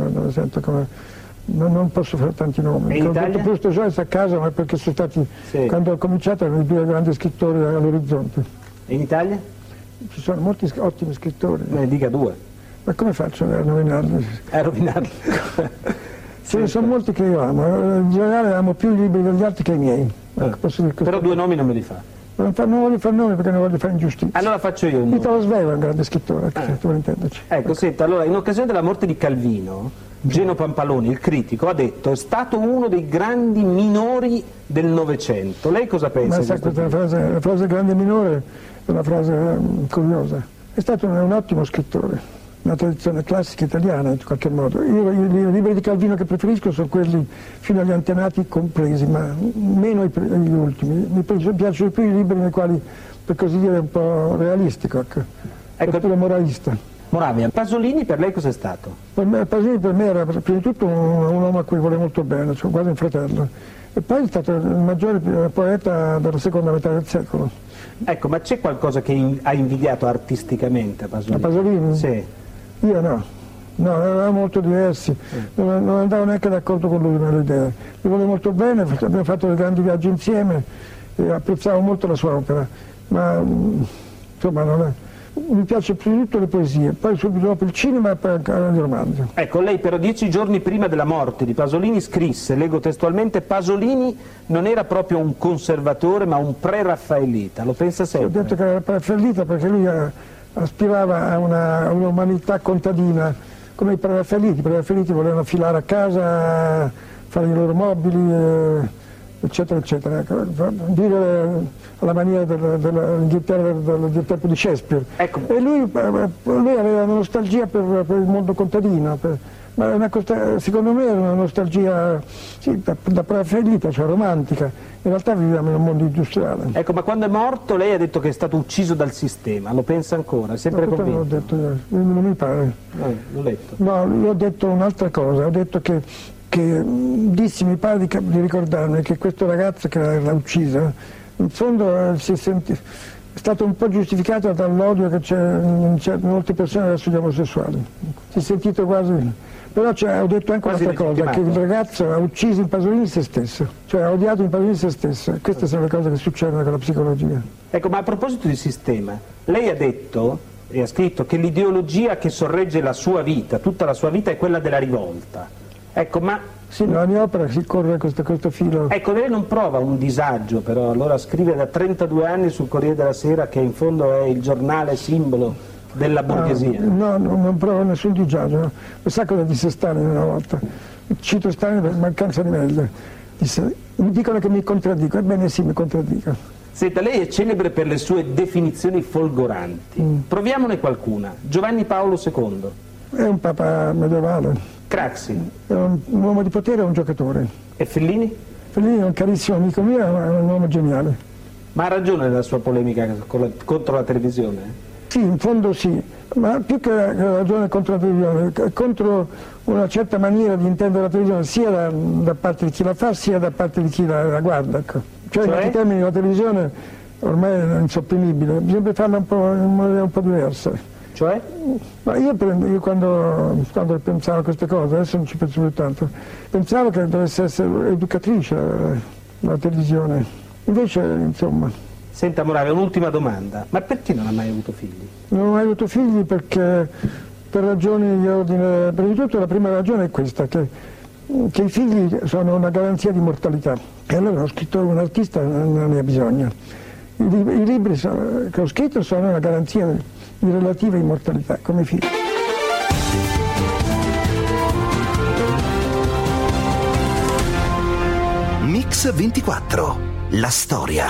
[SPEAKER 4] non posso fare tanti nomi.
[SPEAKER 3] E in Italia?
[SPEAKER 4] Proust e Joyce a casa, ma perché sono stati, quando ho cominciato, erano i due grandi scrittori all'orizzonte.
[SPEAKER 3] E in Italia?
[SPEAKER 4] Ci sono molti ottimi scrittori.
[SPEAKER 3] Dica due.
[SPEAKER 4] Ma come faccio a rovinarli?
[SPEAKER 3] A rovinarli?
[SPEAKER 4] Ce ne sono molti che io amo, in generale amo più i libri degli altri che i miei. Posso dire
[SPEAKER 3] però due nomi non me li fa.
[SPEAKER 4] Non voglio fare nomi perché non voglio fare ingiustizia.
[SPEAKER 3] Allora faccio io un nome.
[SPEAKER 4] Italo Svevo è un grande scrittore, per intenderci.
[SPEAKER 3] Ecco, senta, allora in occasione della morte di Calvino, Geno Pampaloni, il critico, ha detto è stato uno dei grandi minori del Novecento. Lei cosa pensa?
[SPEAKER 4] Ma sa, la frase grande minore è una frase curiosa. È stato un ottimo scrittore. Una tradizione classica italiana in qualche modo. Io i libri di Calvino che preferisco sono quelli fino agli antenati compresi, ma meno gli ultimi. Mi piacciono più i libri nei quali, per così dire, è un po' realistico, oppure moralista.
[SPEAKER 3] Moravia, Pasolini per lei cos'è stato?
[SPEAKER 4] Pasolini per me era prima di tutto un uomo a cui volevo molto bene, cioè quasi un fratello. E poi è stato il maggiore poeta della seconda metà del secolo.
[SPEAKER 3] Ecco, ma c'è qualcosa che ha invidiato artisticamente a Pasolini?
[SPEAKER 4] A Pasolini?
[SPEAKER 3] Sì.
[SPEAKER 4] Io no, eravamo molto diversi, non andavo neanche d'accordo con lui nelle idee. Mi volevo molto bene, abbiamo fatto dei grandi viaggi insieme e apprezzavo molto la sua opera, ma insomma mi piace più di tutto le poesie, poi subito dopo il cinema e poi anche i romanzi.
[SPEAKER 3] Ecco, lei però 10 giorni prima della morte di Pasolini scrisse, leggo testualmente, Pasolini non era proprio un conservatore ma un pre-raffaellita, lo pensa sempre?
[SPEAKER 4] Ho detto che era pre-raffaellita perché lui aspirava a un'umanità contadina come i pre-raffaelliti. I pre-raffaelliti volevano filare a casa, fare i loro mobili, eccetera eccetera, vivere alla maniera dell'Inghilterra del tempo di Shakespeare.
[SPEAKER 3] Ecco.
[SPEAKER 4] E lui aveva una nostalgia per il mondo contadino, ma secondo me era una nostalgia da pre-raffaellita, cioè romantica. In realtà viviamo in un mondo industriale.
[SPEAKER 3] Ecco, ma quando è morto lei ha detto che è stato ucciso dal sistema, lo pensa ancora? È sempre convinto?
[SPEAKER 4] Non l'ho detto io, non mi pare.
[SPEAKER 3] L'ho letto.
[SPEAKER 4] No, io ho detto un'altra cosa, ho detto che dissi, mi pare di ricordarmi, che questo ragazzo che l'ha uccisa, in fondo è stato un po' giustificato dall'odio che c'è in molte persone verso gli omosessuali. Si è sentito quasi... Però ho detto anche un'altra cosa, che il ragazzo ha ucciso in Pasolini se stesso, cioè ha odiato in Pasolini se stesso. Queste sono le cose che succedono con la psicologia.
[SPEAKER 3] Ecco, ma a proposito di sistema, lei ha detto e ha scritto che l'ideologia che sorregge la sua vita, tutta la sua vita, è quella della rivolta. Ecco, ma...
[SPEAKER 4] Sì, nella mia opera si corre questo filo.
[SPEAKER 3] Ecco, lei non prova un disagio però, allora scrive da 32 anni sul Corriere della Sera, che in fondo è il giornale simbolo della borghesia.
[SPEAKER 4] No, non provo nessun disagio. No. Sa cosa disse Stalin una volta? Cito Stalin per mancanza di meglio. Disse, mi dicono che mi contraddico, ebbene sì, mi contraddico.
[SPEAKER 3] Senta, lei è celebre per le sue definizioni folgoranti. Proviamone qualcuna. Giovanni Paolo II.
[SPEAKER 4] È un papa medievale.
[SPEAKER 3] Craxi.
[SPEAKER 4] È un uomo di potere, è un giocatore.
[SPEAKER 3] E Fellini?
[SPEAKER 4] Fellini è un carissimo amico mio, è un uomo geniale.
[SPEAKER 3] Ma ha ragione nella sua polemica contro la televisione?
[SPEAKER 4] Sì, in fondo sì, ma più che la ragione contro la televisione, contro una certa maniera di intendere la televisione sia da parte di chi la fa sia da parte di chi la guarda. Ecco. Cioè in altri termini la televisione ormai è insopprimibile, bisogna farla in maniera un po' diversa.
[SPEAKER 3] Cioè?
[SPEAKER 4] Ma io quando pensavo a queste cose, adesso non ci penso più tanto, pensavo che dovesse essere educatrice la televisione, invece insomma...
[SPEAKER 3] Senta Moravia, un'ultima domanda, ma perché non ha mai avuto figli?
[SPEAKER 4] Non ho mai avuto figli perché per ragioni di ordine, prima di tutto la prima ragione è questa, che i figli sono una garanzia di immortalità e allora uno scrittore, un artista non ne ha bisogno. I libri che ho scritto sono una garanzia di relativa immortalità, come i figli.
[SPEAKER 1] Mix 24, la storia.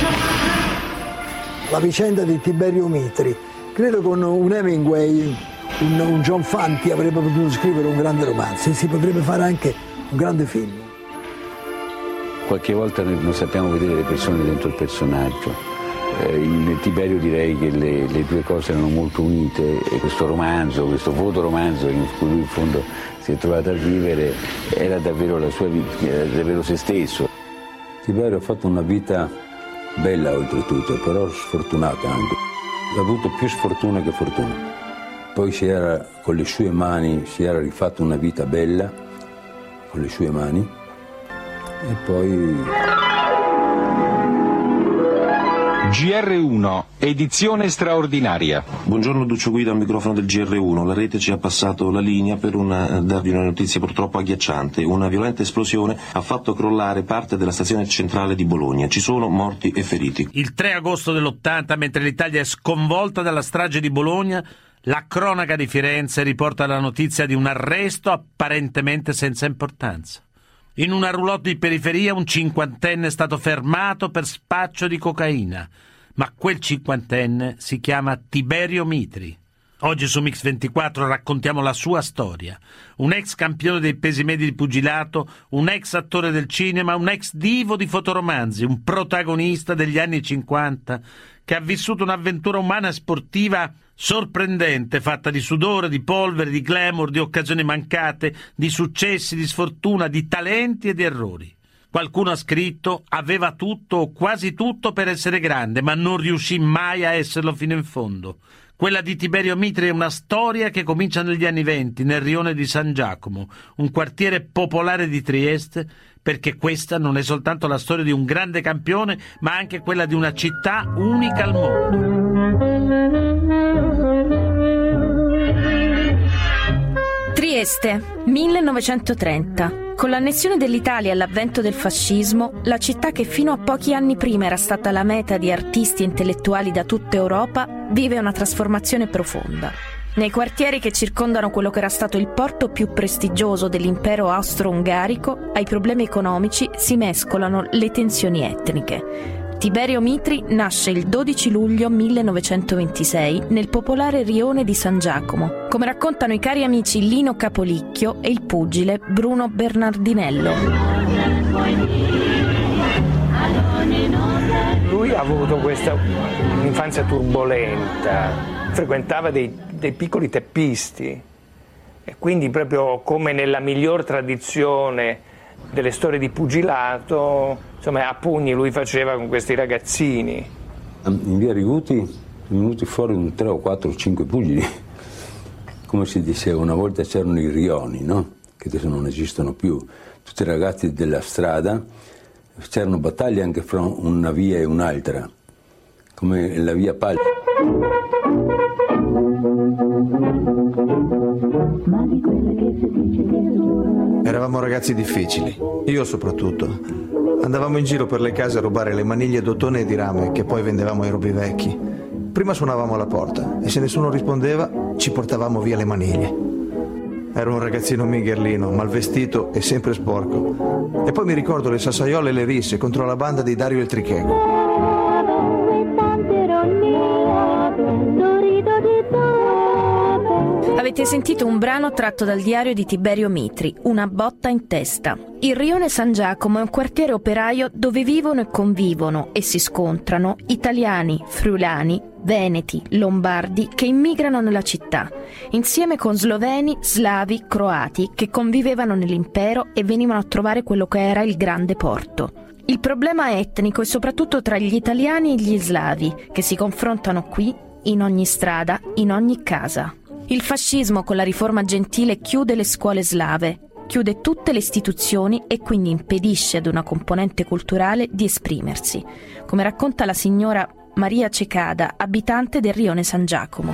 [SPEAKER 5] La vicenda di Tiberio Mitri, credo con un Hemingway un John Fanti avrebbe potuto scrivere un grande romanzo e si potrebbe fare anche un grande film.
[SPEAKER 6] Qualche volta non sappiamo vedere le persone dentro il personaggio. In Tiberio direi che le due cose erano molto unite e questo romanzo, questo fotoromanzo in cui lui in fondo si è trovato a vivere era davvero la sua vita, era davvero se stesso.
[SPEAKER 7] Tiberio ha fatto una vita bella oltretutto, però sfortunata anche. Ha avuto più sfortuna che fortuna. Poi con le sue mani si era rifatto una vita bella, con le sue mani, e poi...
[SPEAKER 8] GR1, edizione straordinaria.
[SPEAKER 9] Buongiorno, Duccio Guido al microfono del GR1. La rete ci ha passato la linea per darvi una notizia purtroppo agghiacciante. Una violenta esplosione ha fatto crollare parte della stazione centrale di Bologna. Ci sono morti e feriti.
[SPEAKER 2] Il 3 agosto dell'80, mentre l'Italia è sconvolta dalla strage di Bologna, la cronaca di Firenze riporta la notizia di un arresto apparentemente senza importanza. In una roulotte di periferia un cinquantenne è stato fermato per spaccio di cocaina, ma quel cinquantenne si chiama Tiberio Mitri. Oggi su Mix24 raccontiamo la sua storia. Un ex campione dei pesi medi di pugilato, un ex attore del cinema, un ex divo di fotoromanzi, un protagonista degli anni 50 che ha vissuto un'avventura umana e sportiva sorprendente, fatta di sudore, di polvere, di glamour, di occasioni mancate, di successi, di sfortuna, di talenti e di errori. Qualcuno ha scritto: aveva tutto o quasi tutto per essere grande, ma non riuscì mai a esserlo fino in fondo. Quella di Tiberio Mitri è una storia che comincia negli anni '20, nel rione di San Giacomo, un quartiere popolare di Trieste, perché questa non è soltanto la storia di un grande campione, ma anche quella di una città unica al mondo.
[SPEAKER 10] Trieste, 1930. Con l'annessione dell'Italia e l'avvento del fascismo, la città che fino a pochi anni prima era stata la meta di artisti e intellettuali da tutta Europa, vive una trasformazione profonda. Nei quartieri che circondano quello che era stato il porto più prestigioso dell'impero austro-ungarico, ai problemi economici si mescolano le tensioni etniche. Tiberio Mitri nasce il 12 luglio 1926 nel popolare rione di San Giacomo, come raccontano i cari amici Lino Capolicchio e il pugile Bruno Bernardinello.
[SPEAKER 11] Lui ha avuto questa infanzia turbolenta, frequentava dei piccoli teppisti e quindi proprio come nella miglior tradizione delle storie di pugilato, insomma, a pugni lui faceva con questi ragazzini.
[SPEAKER 7] In via Riguti sono venuti fuori un 3 o 4 o 5 pugili. Come si diceva, una volta c'erano i rioni, no? Che adesso non esistono più. Tutti i ragazzi della strada, c'erano battaglie anche fra una via e un'altra, come la via Pal.
[SPEAKER 12] Eravamo ragazzi difficili, io soprattutto. Andavamo in giro per le case a rubare le maniglie d'ottone e di rame che poi vendevamo ai robivecchi. Prima suonavamo alla porta e se nessuno rispondeva ci portavamo via le maniglie. Ero un ragazzino mingherlino, mal vestito e sempre sporco. E poi mi ricordo le sassaiole e le risse contro la banda di Dario il Tricheco.
[SPEAKER 10] Avete sentito un brano tratto dal diario di Tiberio Mitri, Una botta in testa. Il rione San Giacomo è un quartiere operaio dove vivono e convivono e si scontrano italiani, friulani, veneti, lombardi che immigrano nella città, insieme con sloveni, slavi, croati che convivevano nell'impero e venivano a trovare quello che era il grande porto. Il problema etnico è soprattutto tra gli italiani e gli slavi, che si confrontano qui, in ogni strada, in ogni casa. Il fascismo con la riforma gentile chiude le scuole slave, chiude tutte le istituzioni e quindi impedisce ad una componente culturale di esprimersi, come racconta la signora Maria Cecada, abitante del rione San Giacomo.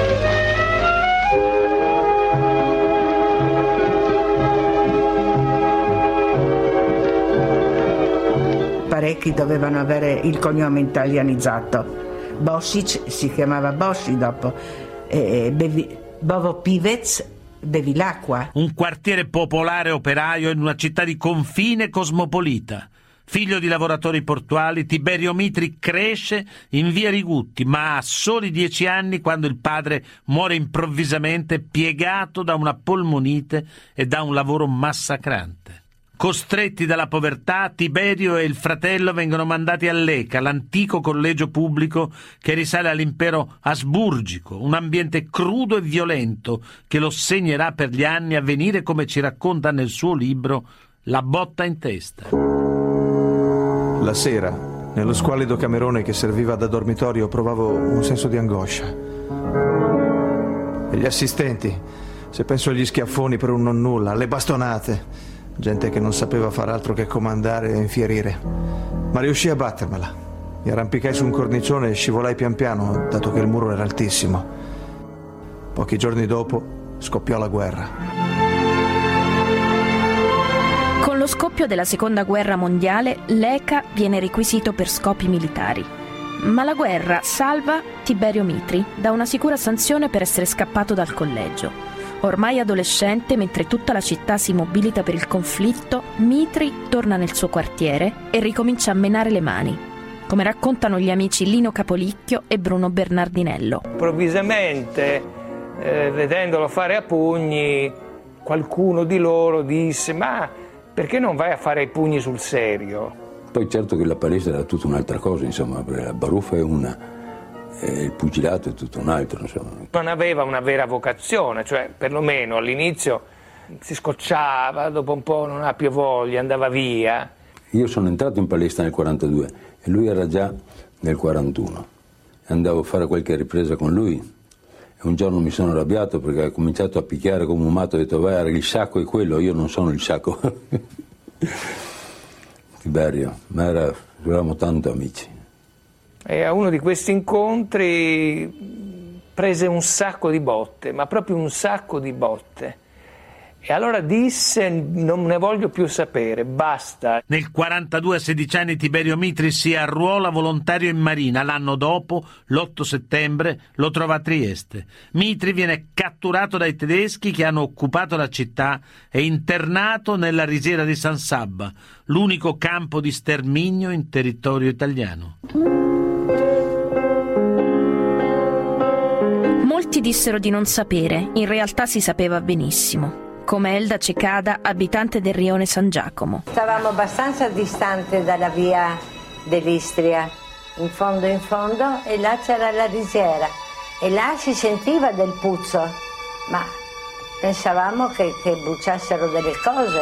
[SPEAKER 13] Parecchi dovevano avere il cognome italianizzato. Bosic si chiamava Bossi dopo. Bovo Pivez, Bevilacqua.
[SPEAKER 2] Un quartiere popolare operaio in una città di confine cosmopolita. Figlio di lavoratori portuali, Tiberio Mitri cresce in via Rigutti, ma ha soli 10 anni quando il padre muore improvvisamente piegato da una polmonite e da un lavoro massacrante. Costretti dalla povertà, Tiberio e il fratello vengono mandati a Leca, l'antico collegio pubblico che risale all'impero asburgico, un ambiente crudo e violento che lo segnerà per gli anni a venire, come ci racconta nel suo libro La botta in testa.
[SPEAKER 12] La sera, nello squallido camerone che serviva da dormitorio, provavo un senso di angoscia. E gli assistenti, se penso agli schiaffoni per un nonnulla, alle bastonate, gente che non sapeva far altro che comandare e infierire. Ma riuscii a battermela. Mi arrampicai su un cornicione e scivolai pian piano, dato che il muro era altissimo. Pochi giorni dopo scoppiò la guerra.
[SPEAKER 10] Con lo scoppio della Seconda Guerra Mondiale, Leca viene requisito per scopi militari. Ma la guerra salva Tiberio Mitri da una sicura sanzione per essere scappato dal collegio. Ormai adolescente, mentre tutta la città si mobilita per il conflitto, Mitri torna nel suo quartiere e ricomincia a menare le mani, come raccontano gli amici Lino Capolicchio e Bruno Bernardinello.
[SPEAKER 11] Improvvisamente, vedendolo fare a pugni, qualcuno di loro disse: ma perché non vai a fare i pugni sul serio?
[SPEAKER 7] Poi certo che la palestra era tutta un'altra cosa, insomma, la baruffa è una, e il pugilato è tutto un altro, insomma.
[SPEAKER 11] Non aveva una vera vocazione, cioè perlomeno all'inizio si scocciava, dopo un po' non ha più voglia, andava via.
[SPEAKER 7] Io sono entrato in palestra nel 42 e lui era già nel 41. Andavo a fare qualche ripresa con lui. E un giorno mi sono arrabbiato perché ha cominciato a picchiare come un matto, ho detto: vai, il sacco è quello, io non sono il sacco. Tiberio, ma eravamo tanto amici.
[SPEAKER 11] E a uno di questi incontri prese un sacco di botte, ma proprio un sacco di botte. E allora disse: non ne voglio più sapere, basta.
[SPEAKER 2] Nel 42, a 16 anni, Tiberio Mitri si arruola volontario in marina. L'anno dopo, l'8 settembre, lo trova a Trieste. Mitri viene catturato dai tedeschi che hanno occupato la città e internato nella risiera di San Sabba, l'unico campo di sterminio in territorio italiano.
[SPEAKER 10] Molti dissero di non sapere, in realtà si sapeva benissimo. Come Elda Cecada, abitante del rione San Giacomo.
[SPEAKER 14] Stavamo abbastanza distante dalla via dell'Istria, in fondo, e là c'era la risiera e là si sentiva del puzzo, ma pensavamo che bruciassero delle cose.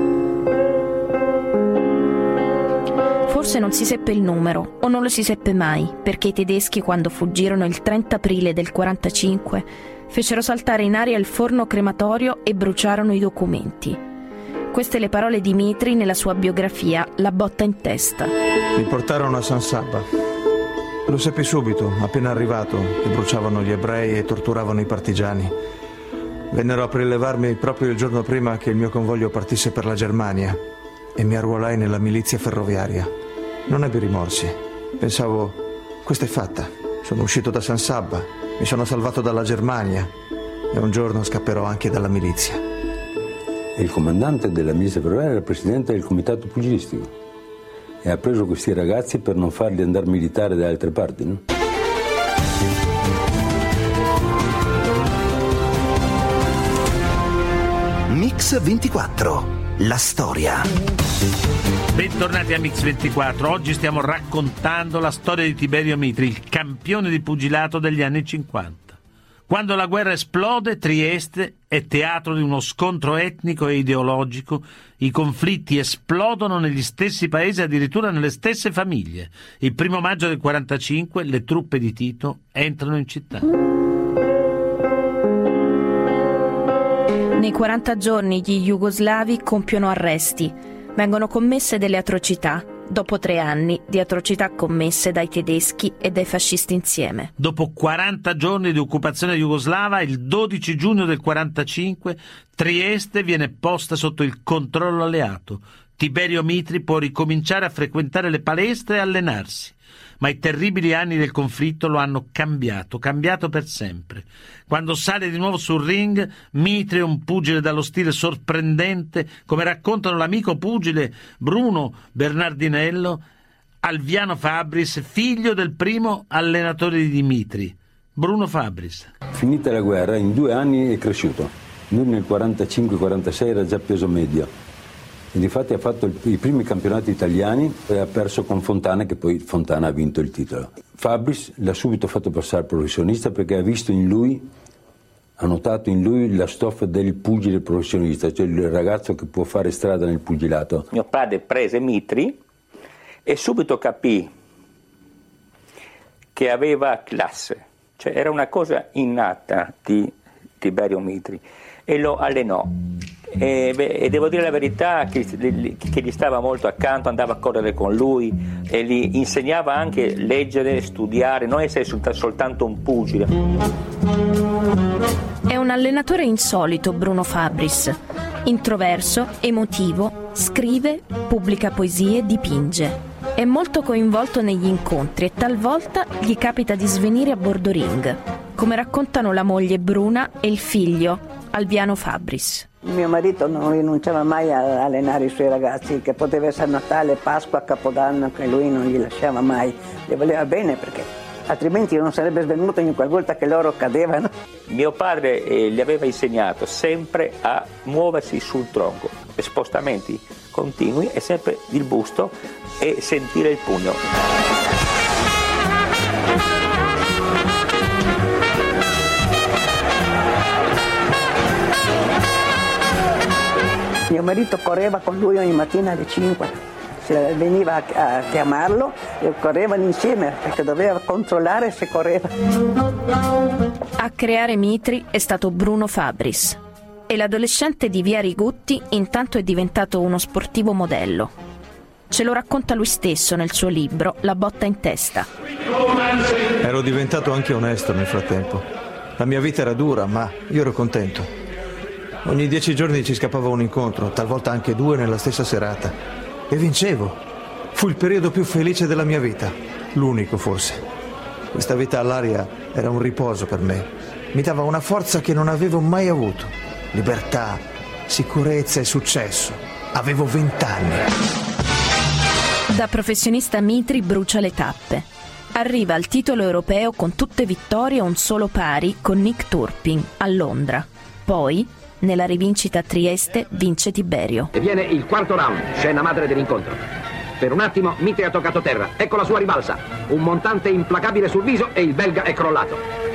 [SPEAKER 10] Forse non si seppe il numero, o non lo si seppe mai, perché i tedeschi, quando fuggirono il 30 aprile del 45, fecero saltare in aria il forno crematorio e bruciarono i documenti. Queste le parole di Mitri nella sua biografia La botta in testa.
[SPEAKER 12] Mi portarono a San Sabba. Lo seppi subito, appena arrivato, che bruciavano gli ebrei e torturavano i partigiani. Vennero a prelevarmi proprio il giorno prima che il mio convoglio partisse per la Germania e mi arruolai nella milizia ferroviaria. Non ebbi rimorsi. Pensavo: questa è fatta. Sono uscito da San Sabba, mi sono salvato dalla Germania e un giorno scapperò anche dalla milizia.
[SPEAKER 7] E il comandante della milizia ferroviaria era il presidente del comitato pugilistico e ha preso questi ragazzi per non farli andare militare da altre parti, no?
[SPEAKER 1] Mix 24, la storia.
[SPEAKER 2] Bentornati a Mix 24. Oggi stiamo raccontando la storia di Tiberio Mitri, il campione di pugilato degli anni 50. Quando la guerra esplode, Trieste è teatro di uno scontro etnico e ideologico. I conflitti esplodono negli stessi paesi, addirittura nelle stesse famiglie. Il 1 maggio del 45 le truppe di Tito entrano in città.
[SPEAKER 10] Nei 40 giorni gli jugoslavi compiono arresti. Vengono commesse delle atrocità, dopo 3 anni di atrocità commesse dai tedeschi e dai fascisti insieme.
[SPEAKER 2] Dopo 40 giorni di occupazione jugoslava, il 12 giugno del 45, Trieste viene posta sotto il controllo alleato. Tiberio Mitri può ricominciare a frequentare le palestre e allenarsi. ma i terribili anni del conflitto lo hanno cambiato per sempre. Quando sale di nuovo sul ring, Mitri è un pugile dallo stile sorprendente, come raccontano l'amico pugile Bruno Bernardinello, Alviano Fabris, figlio del primo allenatore di Dimitri, Bruno Fabris.
[SPEAKER 7] Finita la guerra, in 2 anni è cresciuto. Lui nel 45-46 era già peso medio. E difatti ha fatto i primi campionati italiani e ha perso con Fontana, che poi Fontana ha vinto il titolo. Fabris l'ha subito fatto passare professionista perché ha visto in lui, ha notato in lui la stoffa del pugile professionista, cioè il ragazzo che può fare strada nel pugilato.
[SPEAKER 15] Mio padre prese Mitri e subito capì che aveva classe, cioè era una cosa innata di Tiberio Mitri, e lo allenò. E devo dire la verità che gli stava molto accanto, andava a correre con lui e gli insegnava anche leggere, studiare, non essere soltanto un pugile.
[SPEAKER 10] È un allenatore insolito, Bruno Fabris. Introverso, emotivo, scrive, pubblica poesie, dipinge. È molto coinvolto negli incontri e talvolta gli capita di svenire a bordo ring, come raccontano la moglie Bruna e il figlio Alviano Fabris.
[SPEAKER 16] Mio marito non rinunciava mai a allenare i suoi ragazzi, che poteva essere Natale, Pasqua, Capodanno, che lui non gli lasciava mai. Le voleva bene perché altrimenti non sarebbe svenuto ogni qualvolta che loro cadevano.
[SPEAKER 15] Mio padre gli aveva insegnato sempre a muoversi sul tronco, spostamenti continui e sempre il busto e sentire il pugno.
[SPEAKER 16] Mio marito correva con lui ogni mattina alle 5, veniva a chiamarlo e correvano insieme perché doveva controllare se correva.
[SPEAKER 10] A creare Mitri è stato Bruno Fabris e l'adolescente di Via Rigutti intanto è diventato uno sportivo modello. Ce lo racconta lui stesso nel suo libro La botta in testa.
[SPEAKER 12] Ero diventato anche onesto nel frattempo. La mia vita era dura, ma io ero contento. Ogni 10 giorni ci scappava un incontro, talvolta anche 2 nella stessa serata. E vincevo. Fu il periodo più felice della mia vita. L'unico, forse. Questa vita all'aria era un riposo per me. Mi dava una forza che non avevo mai avuto. Libertà, sicurezza e successo. Avevo 20 anni.
[SPEAKER 10] Da professionista Mitri brucia le tappe. Arriva al titolo europeo con tutte vittorie e un solo pari con Nick Turpin a Londra. Poi, nella rivincita a Trieste, vince Tiberio.
[SPEAKER 17] E viene il quarto round, scena madre dell'incontro. Per un attimo Mitri ha toccato terra, ecco la sua rivalsa. Un montante implacabile sul viso e il belga è crollato.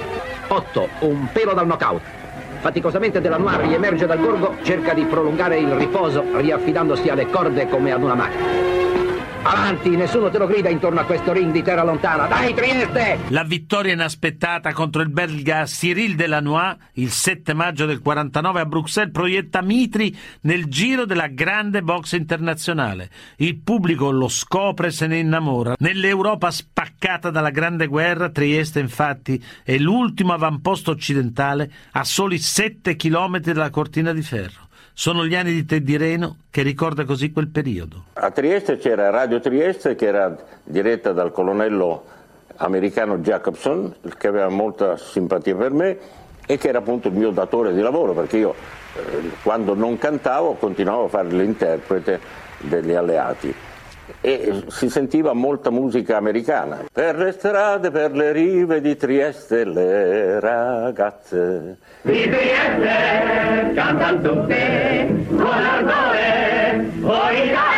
[SPEAKER 17] 8, un pelo dal knockout. Faticosamente Delanois riemerge dal gorgo, cerca di prolungare il riposo riaffidandosi alle corde come ad una macchina. Avanti, nessuno te lo grida intorno a questo ring di terra lontana. Dai, Trieste!
[SPEAKER 2] La vittoria inaspettata contro il belga Cyril Delanois il 7 maggio del 49 a Bruxelles proietta Mitri nel giro della grande boxe internazionale. Il pubblico lo scopre e se ne innamora. Nell'Europa spaccata dalla Grande Guerra, Trieste infatti è l'ultimo avamposto occidentale a soli 7 chilometri dalla cortina di ferro. Sono gli anni di Teddy Reno che ricorda così quel periodo.
[SPEAKER 18] A Trieste c'era Radio Trieste che era diretta dal colonnello americano Jacobson, che aveva molta simpatia per me e che era appunto il mio datore di lavoro, perché io quando non cantavo continuavo a fare l'interprete degli alleati. E si sentiva molta musica americana. Per le strade, per le rive di Trieste, le ragazze
[SPEAKER 19] di Trieste cantano tutte con ardore. Oh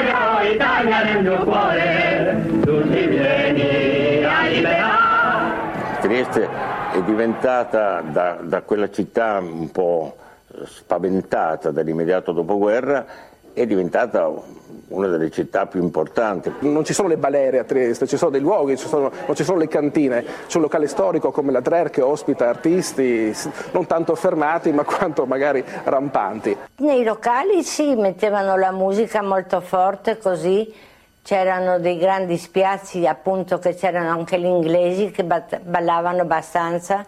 [SPEAKER 19] Italia nel mio cuore, tu ci vieni a liberare.
[SPEAKER 18] Trieste è diventata da quella città un po' spaventata dall'immediato dopoguerra, è diventata una delle città più importanti.
[SPEAKER 20] Non ci sono le balere a Trieste, ci sono dei luoghi, non ci sono le cantine, c'è un locale storico come la Drer che ospita artisti non tanto fermati ma quanto magari rampanti.
[SPEAKER 14] Nei locali sì, mettevano la musica molto forte, così c'erano dei grandi spiazzi, appunto, che c'erano anche gli inglesi che ballavano abbastanza,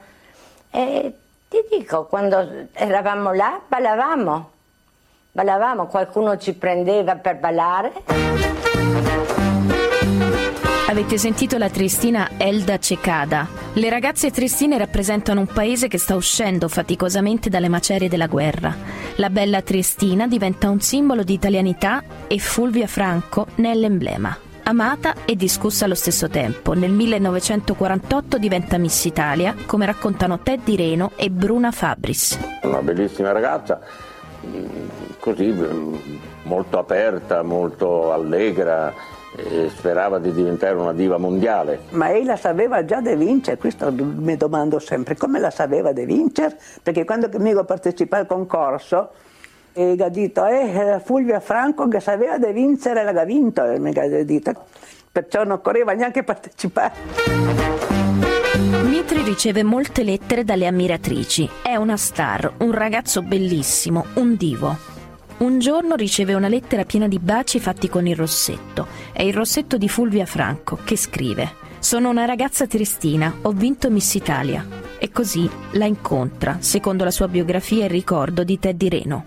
[SPEAKER 14] e ti dico, quando eravamo là ballavamo, qualcuno ci prendeva per ballare.
[SPEAKER 10] Avete sentito la triestina Elda Cecada? Le ragazze triestine rappresentano un paese che sta uscendo faticosamente dalle macerie della guerra. La bella triestina diventa un simbolo di italianità e Fulvia Franco ne è l'emblema. Amata e discussa allo stesso tempo, nel 1948 diventa Miss Italia, come raccontano Teddy Reno e Bruna Fabris.
[SPEAKER 18] Una bellissima ragazza, così molto aperta, molto allegra, e sperava di diventare una diva mondiale.
[SPEAKER 16] Ma lei la sapeva già di vincere, questo mi domando sempre, come la sapeva di vincere? Perché quando mi partecipò al concorso, e ha detto, Fulvia Franco che sapeva di vincere, l'ha vinto, mi ha detto. Perciò non occorreva neanche partecipare.
[SPEAKER 10] Mitri riceve molte lettere dalle ammiratrici, è una star, un ragazzo bellissimo, un divo. Un giorno riceve una lettera piena di baci fatti con il rossetto. È il rossetto di Fulvia Franco, che scrive: «Sono una ragazza triestina, ho vinto Miss Italia». E così la incontra, secondo la sua biografia e il ricordo di Teddy Reno.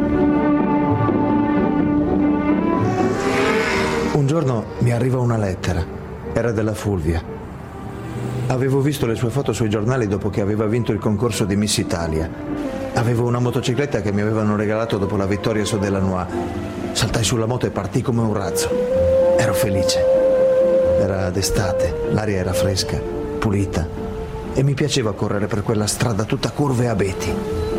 [SPEAKER 12] Un giorno mi arriva una lettera. Era della Fulvia. Avevo visto le sue foto sui giornali dopo che aveva vinto il concorso di Miss Italia. Avevo una motocicletta che mi avevano regalato dopo la vittoria su Delanois. Saltai sulla moto e partii come un razzo. Ero felice. Era d'estate, l'aria era fresca, pulita e mi piaceva correre per quella strada tutta curve e abeti.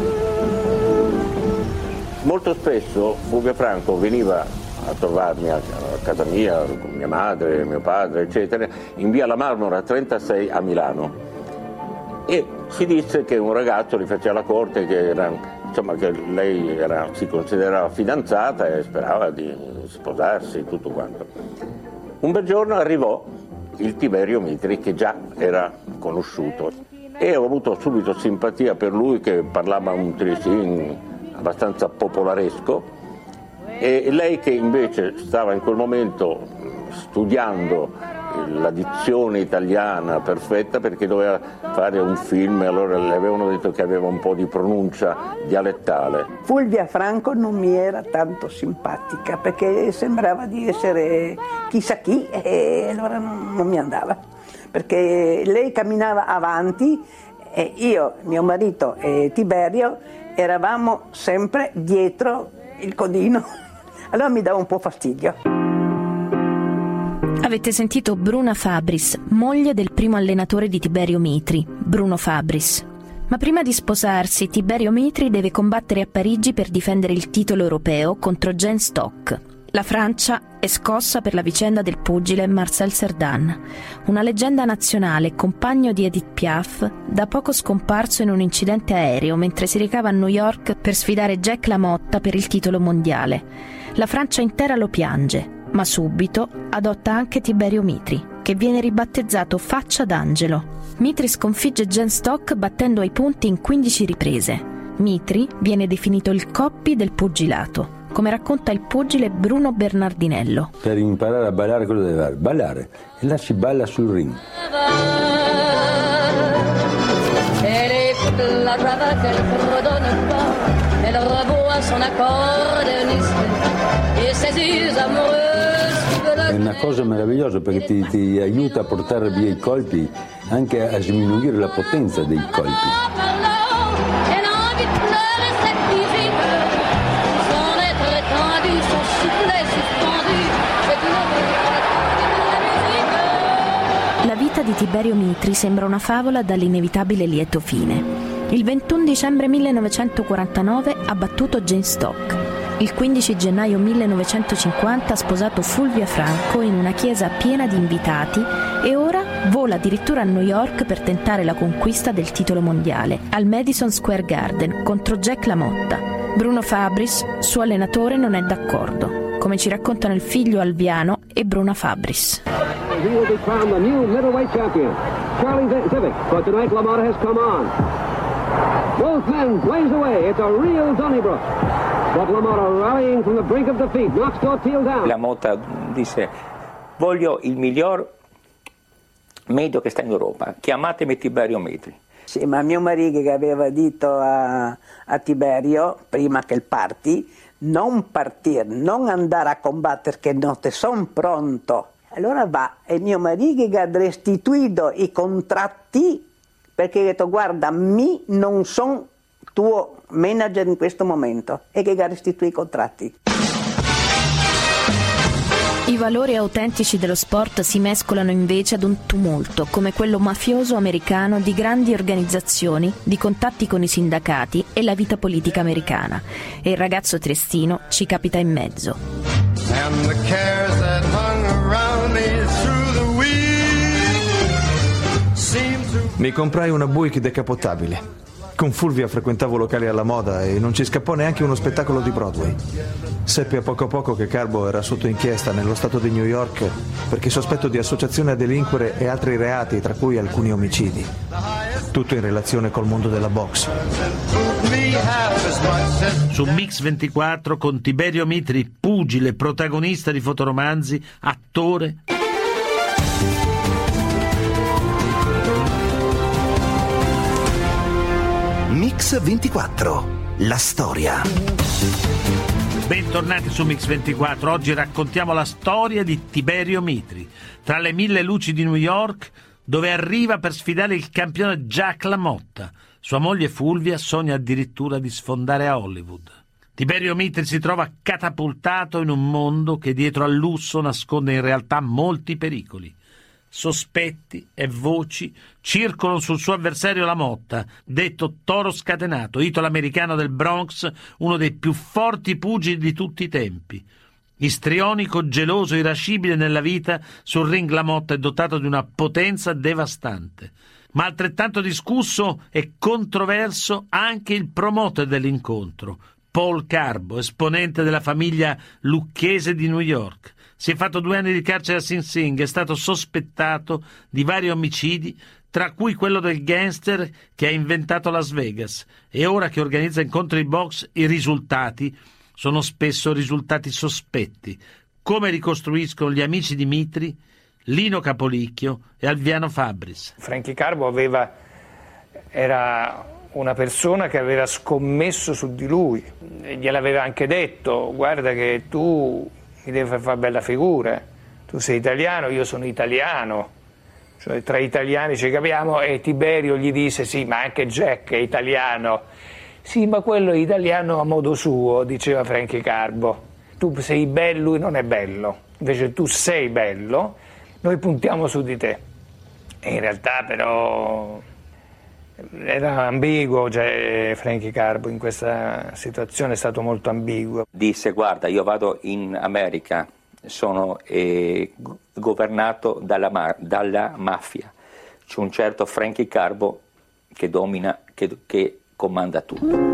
[SPEAKER 18] Molto spesso Fulvia Franco veniva a trovarmi a casa mia, con mia madre, mio padre, eccetera, in via La Marmora 36 a Milano. E si disse che un ragazzo gli faceva la corte, che lei si considerava fidanzata e sperava di sposarsi, tutto quanto. Un bel giorno arrivò il Tiberio Mitri, che già era conosciuto, e ho avuto subito simpatia per lui, che parlava un triestin abbastanza popolaresco, e lei, che invece stava in quel momento studiando la dizione italiana perfetta, perché doveva fare un film, e allora le avevano detto che aveva un po' di pronuncia dialettale.
[SPEAKER 16] Fulvia Franco non mi era tanto simpatica, perché sembrava di essere chissà chi, e allora non mi andava, perché lei camminava avanti e io, mio marito e Tiberio eravamo sempre dietro il codino, allora mi dava un po' fastidio.
[SPEAKER 10] Avete sentito Bruna Fabris, moglie del primo allenatore di Tiberio Mitri, Bruno Fabris. Ma prima di sposarsi, Tiberio Mitri deve combattere a Parigi per difendere il titolo europeo contro Jane Stock. La Francia è scossa per la vicenda del pugile Marcel Cerdan, una leggenda nazionale, compagno di Edith Piaf, da poco scomparso in un incidente aereo mentre si recava a New York per sfidare Jack LaMotta per il titolo mondiale. La Francia intera lo piange, ma subito adotta anche Tiberio Mitri, che viene ribattezzato Faccia d'Angelo. Mitri sconfigge Jane Stock battendo ai punti in 15 riprese. Mitri viene definito il Coppi del pugilato, come racconta il pugile Bruno Bernardinello.
[SPEAKER 7] Per imparare a ballare cosa deve fare? Ballare, e là si balla sul ring. È una cosa meravigliosa, perché ti aiuta a portare via i colpi, anche a sminuire la potenza dei colpi.
[SPEAKER 10] La vita di Tiberio Mitri sembra una favola dall'inevitabile lieto fine. Il 21 dicembre 1949 ha battuto Jane Stock. Il 15 gennaio 1950 ha sposato Fulvia Franco in una chiesa piena di invitati e ora vola addirittura a New York per tentare la conquista del titolo mondiale al Madison Square Garden contro Jack LaMotta. Bruno Fabris, suo allenatore, non è d'accordo, come ci raccontano il figlio Alviano e Bruna Fabris.
[SPEAKER 21] He will be crowned the new middleweight champion. Charlie Civic, but tonight LaMotta has come on. Both men blaze away. It's a real Donnybrook. But LaMotta rallying from the brink of defeat, knocks Dortiel down.
[SPEAKER 15] LaMotta disse: voglio il miglior medio che sta in Europa, chiamatemi Tiberio Mitri.
[SPEAKER 16] Sì, ma mio marito che aveva detto a Tiberio, prima che il parti, non partire, non andare a combattere, che non te son pronto. Allora va, e mio marito che ha restituito i contratti perché ha detto guarda, non sono tuo manager in questo momento, e che ha restituito i contratti.
[SPEAKER 10] I valori autentici dello sport si mescolano invece ad un tumulto, come quello mafioso americano di grandi organizzazioni, di contatti con i sindacati e la vita politica americana. E il ragazzo triestino ci capita in mezzo.
[SPEAKER 12] Mi comprai una Buick decappottabile. Con Fulvia frequentavo locali alla moda e non ci scappò neanche uno spettacolo di Broadway. Seppi a poco che Carbo era sotto inchiesta nello stato di New York perché sospetto di associazione a delinquere e altri reati, tra cui alcuni omicidi. Tutto in relazione col mondo della box.
[SPEAKER 2] Su Mix 24 con Tiberio Mitri, pugile, protagonista di fotoromanzi, attore.
[SPEAKER 1] Mix 24, la storia.
[SPEAKER 2] Bentornati su Mix 24. Oggi raccontiamo la storia di Tiberio Mitri, tra le 1000 luci di New York, dove arriva per sfidare il campione Jack LaMotta. Sua moglie Fulvia sogna addirittura di sfondare a Hollywood. Tiberio Mitri si trova catapultato in un mondo che dietro al lusso nasconde in realtà molti pericoli. Sospetti e voci circolano sul suo avversario LaMotta, detto Toro Scatenato, italo-americano del Bronx, uno dei più forti pugili di tutti i tempi. Istrionico, geloso, irascibile nella vita, sul ring LaMotta è dotato di una potenza devastante. Ma altrettanto discusso e controverso anche il promoter dell'incontro, Paul Carbo, esponente della famiglia lucchese di New York. Si è fatto 2 anni di carcere a Sing Sing, è stato sospettato di vari omicidi, tra cui quello del gangster che ha inventato Las Vegas, e ora che organizza incontri di box i risultati sono spesso risultati sospetti, come ricostruiscono gli amici di Mitri, Lino Capolicchio e Alviano Fabris.
[SPEAKER 11] Frankie Carbo era una persona che aveva scommesso su di lui, e gliel'aveva anche detto: guarda che tu mi devi fare bella figura, tu sei italiano, io sono italiano, cioè tra italiani ci capiamo. E Tiberio gli disse: sì, ma anche Jack è italiano. Sì, ma quello è italiano a modo suo, diceva Frankie Carbo. Tu sei bello, lui non è bello, invece tu sei bello, noi puntiamo su di te. E in realtà però era ambiguo, cioè Frankie Carbo in questa situazione è stato molto ambiguo.
[SPEAKER 15] Disse: guarda, io vado in America, sono governato dalla mafia, c'è un certo Frankie Carbo che domina, che comanda tutto.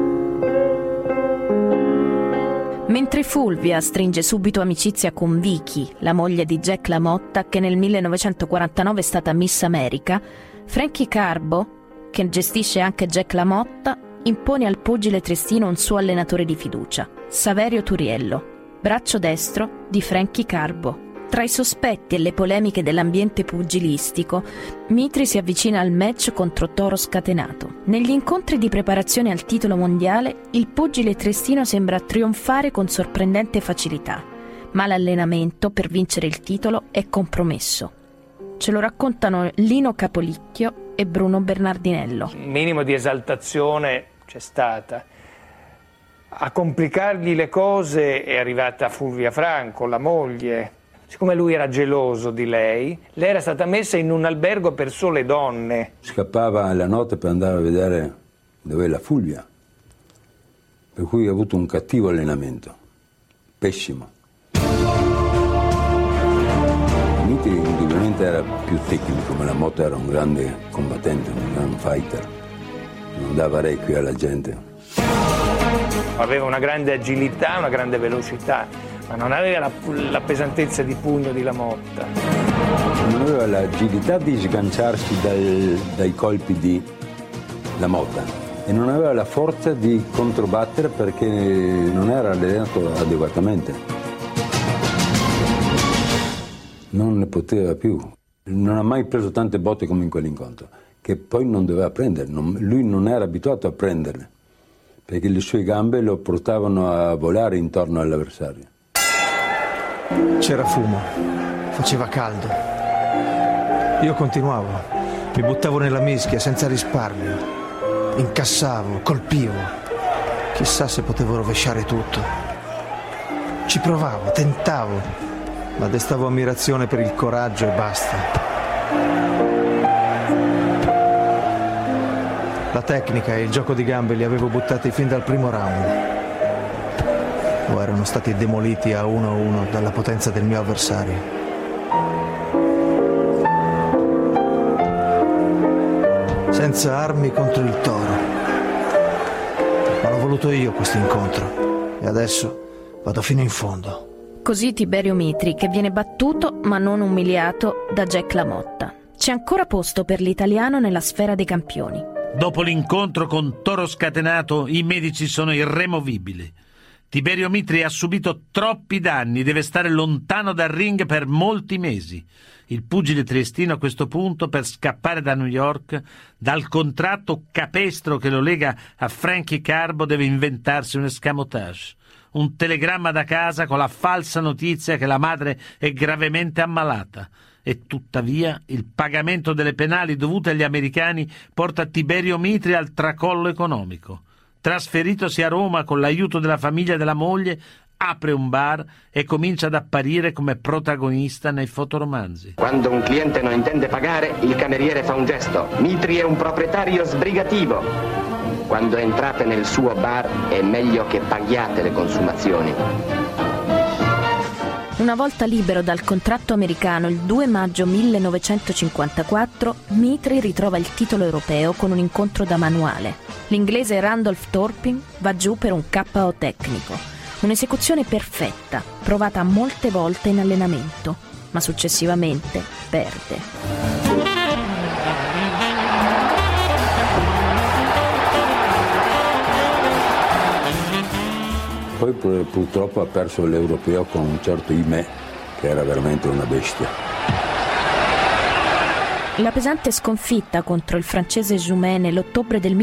[SPEAKER 10] Mentre Fulvia stringe subito amicizia con Vicky, la moglie di Jack LaMotta, che nel 1949 è stata Miss America, Frankie Carbo, che gestisce anche Jack LaMotta, impone al pugile triestino un suo allenatore di fiducia, Saverio Turiello, braccio destro di Frankie Carbo. Tra i sospetti e le polemiche dell'ambiente pugilistico, Mitri si avvicina al match contro Toro Scatenato. Negli incontri di preparazione al titolo mondiale, il pugile triestino sembra trionfare con sorprendente facilità, ma l'allenamento per vincere il titolo è compromesso. Ce lo raccontano Lino Capolicchio e Bruno Bernardinello.
[SPEAKER 11] Un minimo di esaltazione c'è stata. A complicargli le cose è arrivata Fulvia Franco, la moglie. Siccome lui era geloso di lei era stata messa in un albergo per sole donne.
[SPEAKER 7] Scappava la notte per andare a vedere dov'è la Fulvia, per cui ha avuto un cattivo allenamento, pessimo. Mitri indubbiamente era più tecnico, ma LaMotta era un grande combattente, un gran fighter, non dava requie alla gente.
[SPEAKER 11] Aveva una grande agilità, una grande velocità, ma non aveva la pesantezza di pugno di LaMotta.
[SPEAKER 7] Non aveva l'agilità di sganciarsi dai colpi di LaMotta e non aveva la forza di controbattere perché non era allenato adeguatamente. Non ne poteva più. Non ha mai preso tante botte come in quell'incontro, che poi non doveva prendere. Lui non era abituato a prenderle, perché le sue gambe lo portavano a volare intorno all'avversario.
[SPEAKER 12] C'era fumo. faceva caldo. Io continuavo, mi buttavo nella mischia senza risparmio, incassavo, colpivo. Chissà se potevo rovesciare tutto. Ci provavo, tentavo, ma destavo ammirazione per il coraggio e basta. La tecnica e il gioco di gambe li avevo buttati fin dal primo round. O erano stati demoliti a 1-1 dalla potenza del mio avversario. Senza armi contro il toro. Ma l'ho voluto io questo incontro. E adesso vado fino in fondo.
[SPEAKER 10] Così Tiberio Mitri, che viene battuto ma non umiliato da Jack LaMotta. C'è ancora posto per l'italiano nella sfera dei campioni.
[SPEAKER 2] Dopo l'incontro con Toro Scatenato, i medici sono irremovibili. Tiberio Mitri ha subito troppi danni, deve stare lontano dal ring per molti mesi. Il pugile triestino a questo punto, per scappare da New York, dal contratto capestro che lo lega a Frankie Carbo, deve inventarsi un escamotage. Un telegramma da casa con la falsa notizia che la madre è gravemente ammalata. E tuttavia il pagamento delle penali dovute agli americani porta Tiberio Mitri al tracollo economico. Trasferitosi a Roma con l'aiuto della famiglia della moglie, apre un bar e comincia ad apparire come protagonista nei fotoromanzi.
[SPEAKER 17] Quando un cliente non intende pagare, il cameriere fa un gesto. Mitri è un proprietario sbrigativo. Quando entrate nel suo bar è meglio che paghiate le consumazioni.
[SPEAKER 10] Una volta libero dal contratto americano il 2 maggio 1954, Mitri ritrova il titolo europeo con un incontro da manuale. L'inglese Randolph Torping va giù per un KO tecnico. Un'esecuzione perfetta, provata molte volte in allenamento, ma successivamente perde.
[SPEAKER 7] Poi purtroppo ha perso l'europeo con un certo Imè, che era veramente una bestia.
[SPEAKER 10] La pesante sconfitta contro il francese Jumet nell'ottobre del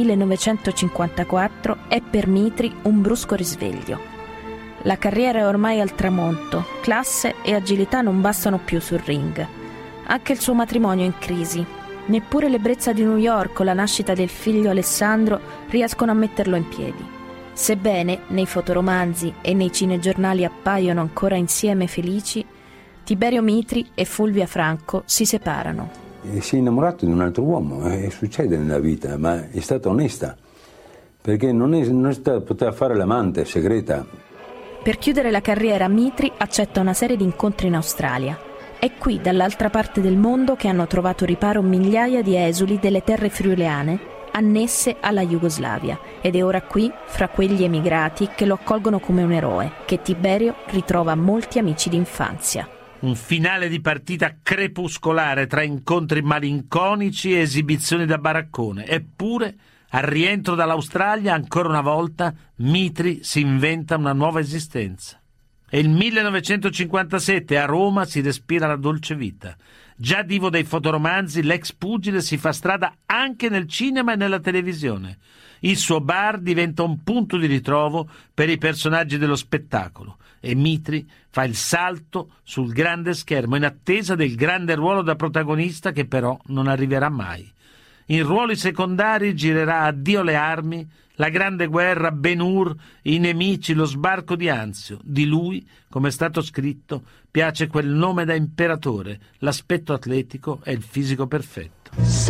[SPEAKER 10] 1954 è per Mitri un brusco risveglio. La carriera è ormai al tramonto, classe e agilità non bastano più sul ring. Anche il suo matrimonio è in crisi. Neppure l'ebbrezza di New York o la nascita del figlio Alessandro riescono a metterlo in piedi. Sebbene nei fotoromanzi e nei cinegiornali appaiono ancora insieme felici, Tiberio Mitri e Fulvia Franco si separano.
[SPEAKER 7] Si è innamorato di un altro uomo, succede nella vita, ma è stata onesta, perché poteva fare l'amante segreta.
[SPEAKER 10] Per chiudere la carriera, Mitri accetta una serie di incontri in Australia. È qui, dall'altra parte del mondo, che hanno trovato riparo migliaia di esuli delle terre friulane annesse alla Jugoslavia, ed è ora qui, fra quegli emigrati, che lo accolgono come un eroe, che Tiberio ritrova molti amici d'infanzia.
[SPEAKER 2] Un finale di partita crepuscolare tra incontri malinconici e esibizioni da baraccone. Eppure, al rientro dall'Australia, ancora una volta, Mitri si inventa una nuova esistenza. È il 1957, a Roma si respira la dolce vita. Già divo dei fotoromanzi, l'ex pugile si fa strada anche nel cinema e nella televisione. Il suo bar diventa un punto di ritrovo per i personaggi dello spettacolo e Mitri fa il salto sul grande schermo in attesa del grande ruolo da protagonista che però non arriverà mai. In ruoli secondari girerà Addio le armi, La grande guerra, Ben-Hur, I nemici, Lo sbarco di Anzio. Di lui, come è stato scritto, piace quel nome da imperatore, l'aspetto atletico e il fisico perfetto.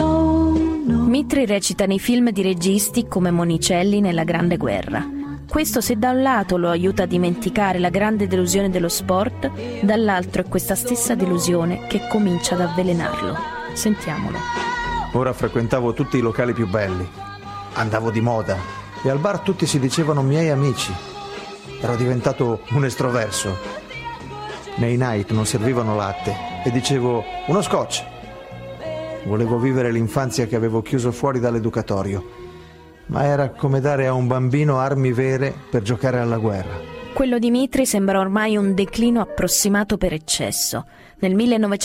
[SPEAKER 10] Mitri recita nei film di registi come Monicelli nella Grande Guerra. Questo, se da un lato lo aiuta a dimenticare la grande delusione dello sport, dall'altro è questa stessa delusione che comincia ad avvelenarlo. Sentiamolo.
[SPEAKER 12] Ora frequentavo tutti i locali più belli, andavo di moda e al bar tutti si dicevano miei amici. Ero diventato un estroverso. Nei night non servivano latte e dicevo uno scotch. Volevo vivere l'infanzia che avevo chiuso fuori dall'educatorio, ma era come dare a un bambino armi vere per giocare alla guerra.
[SPEAKER 10] Quello di Mitri sembra ormai un declino approssimato per eccesso. Nel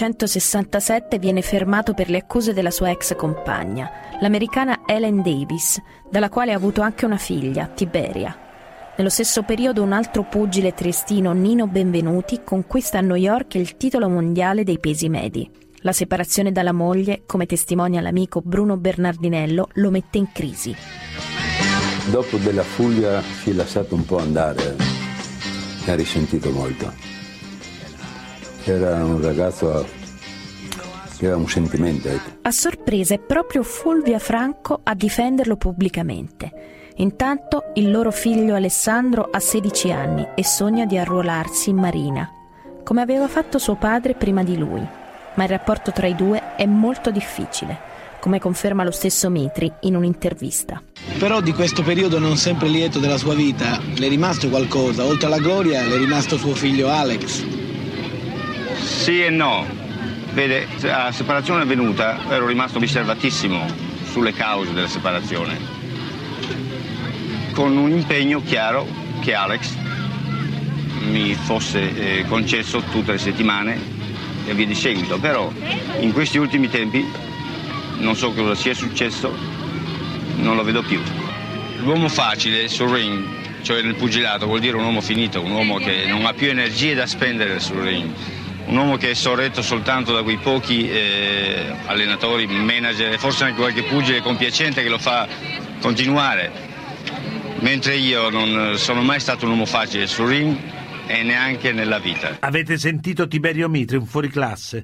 [SPEAKER 10] 1967 viene fermato per le accuse della sua ex compagna, l'americana Ellen Davis, dalla quale ha avuto anche una figlia, Tiberia. Nello stesso periodo un altro pugile triestino, Nino Benvenuti, conquista a New York il titolo mondiale dei pesi medi. La separazione dalla moglie, come testimonia l'amico Bruno Bernardinello, lo mette in crisi.
[SPEAKER 7] Dopo della Fulvia si è lasciato un po' andare, ha risentito molto. Era un ragazzo che aveva un sentimento.
[SPEAKER 10] A sorpresa è proprio Fulvia Franco a difenderlo pubblicamente. Intanto il loro figlio Alessandro ha 16 anni e sogna di arruolarsi in Marina, come aveva fatto suo padre prima di lui. Ma il rapporto tra i due è molto difficile, come conferma lo stesso Mitri in un'intervista.
[SPEAKER 3] Però di questo periodo non sempre lieto della sua vita le è rimasto qualcosa. Oltre alla gloria le è rimasto suo figlio Alex.
[SPEAKER 22] Sì e no. Vede, la separazione avvenuta ero rimasto riservatissimo sulle cause della separazione, con un impegno chiaro che Alex mi fosse concesso tutte le settimane e via di seguito. Però in questi ultimi tempi non so cosa sia successo, non lo vedo più. L'uomo facile sul ring, cioè nel pugilato, vuol dire un uomo finito, un uomo che non ha più energie da spendere sul ring, un uomo che è sorretto soltanto da quei pochi allenatori, manager e forse anche qualche pugile compiacente che lo fa continuare. Mentre io non sono mai stato un uomo facile sul ring e neanche nella vita.
[SPEAKER 2] Avete sentito Tiberio Mitri, un fuoriclasse.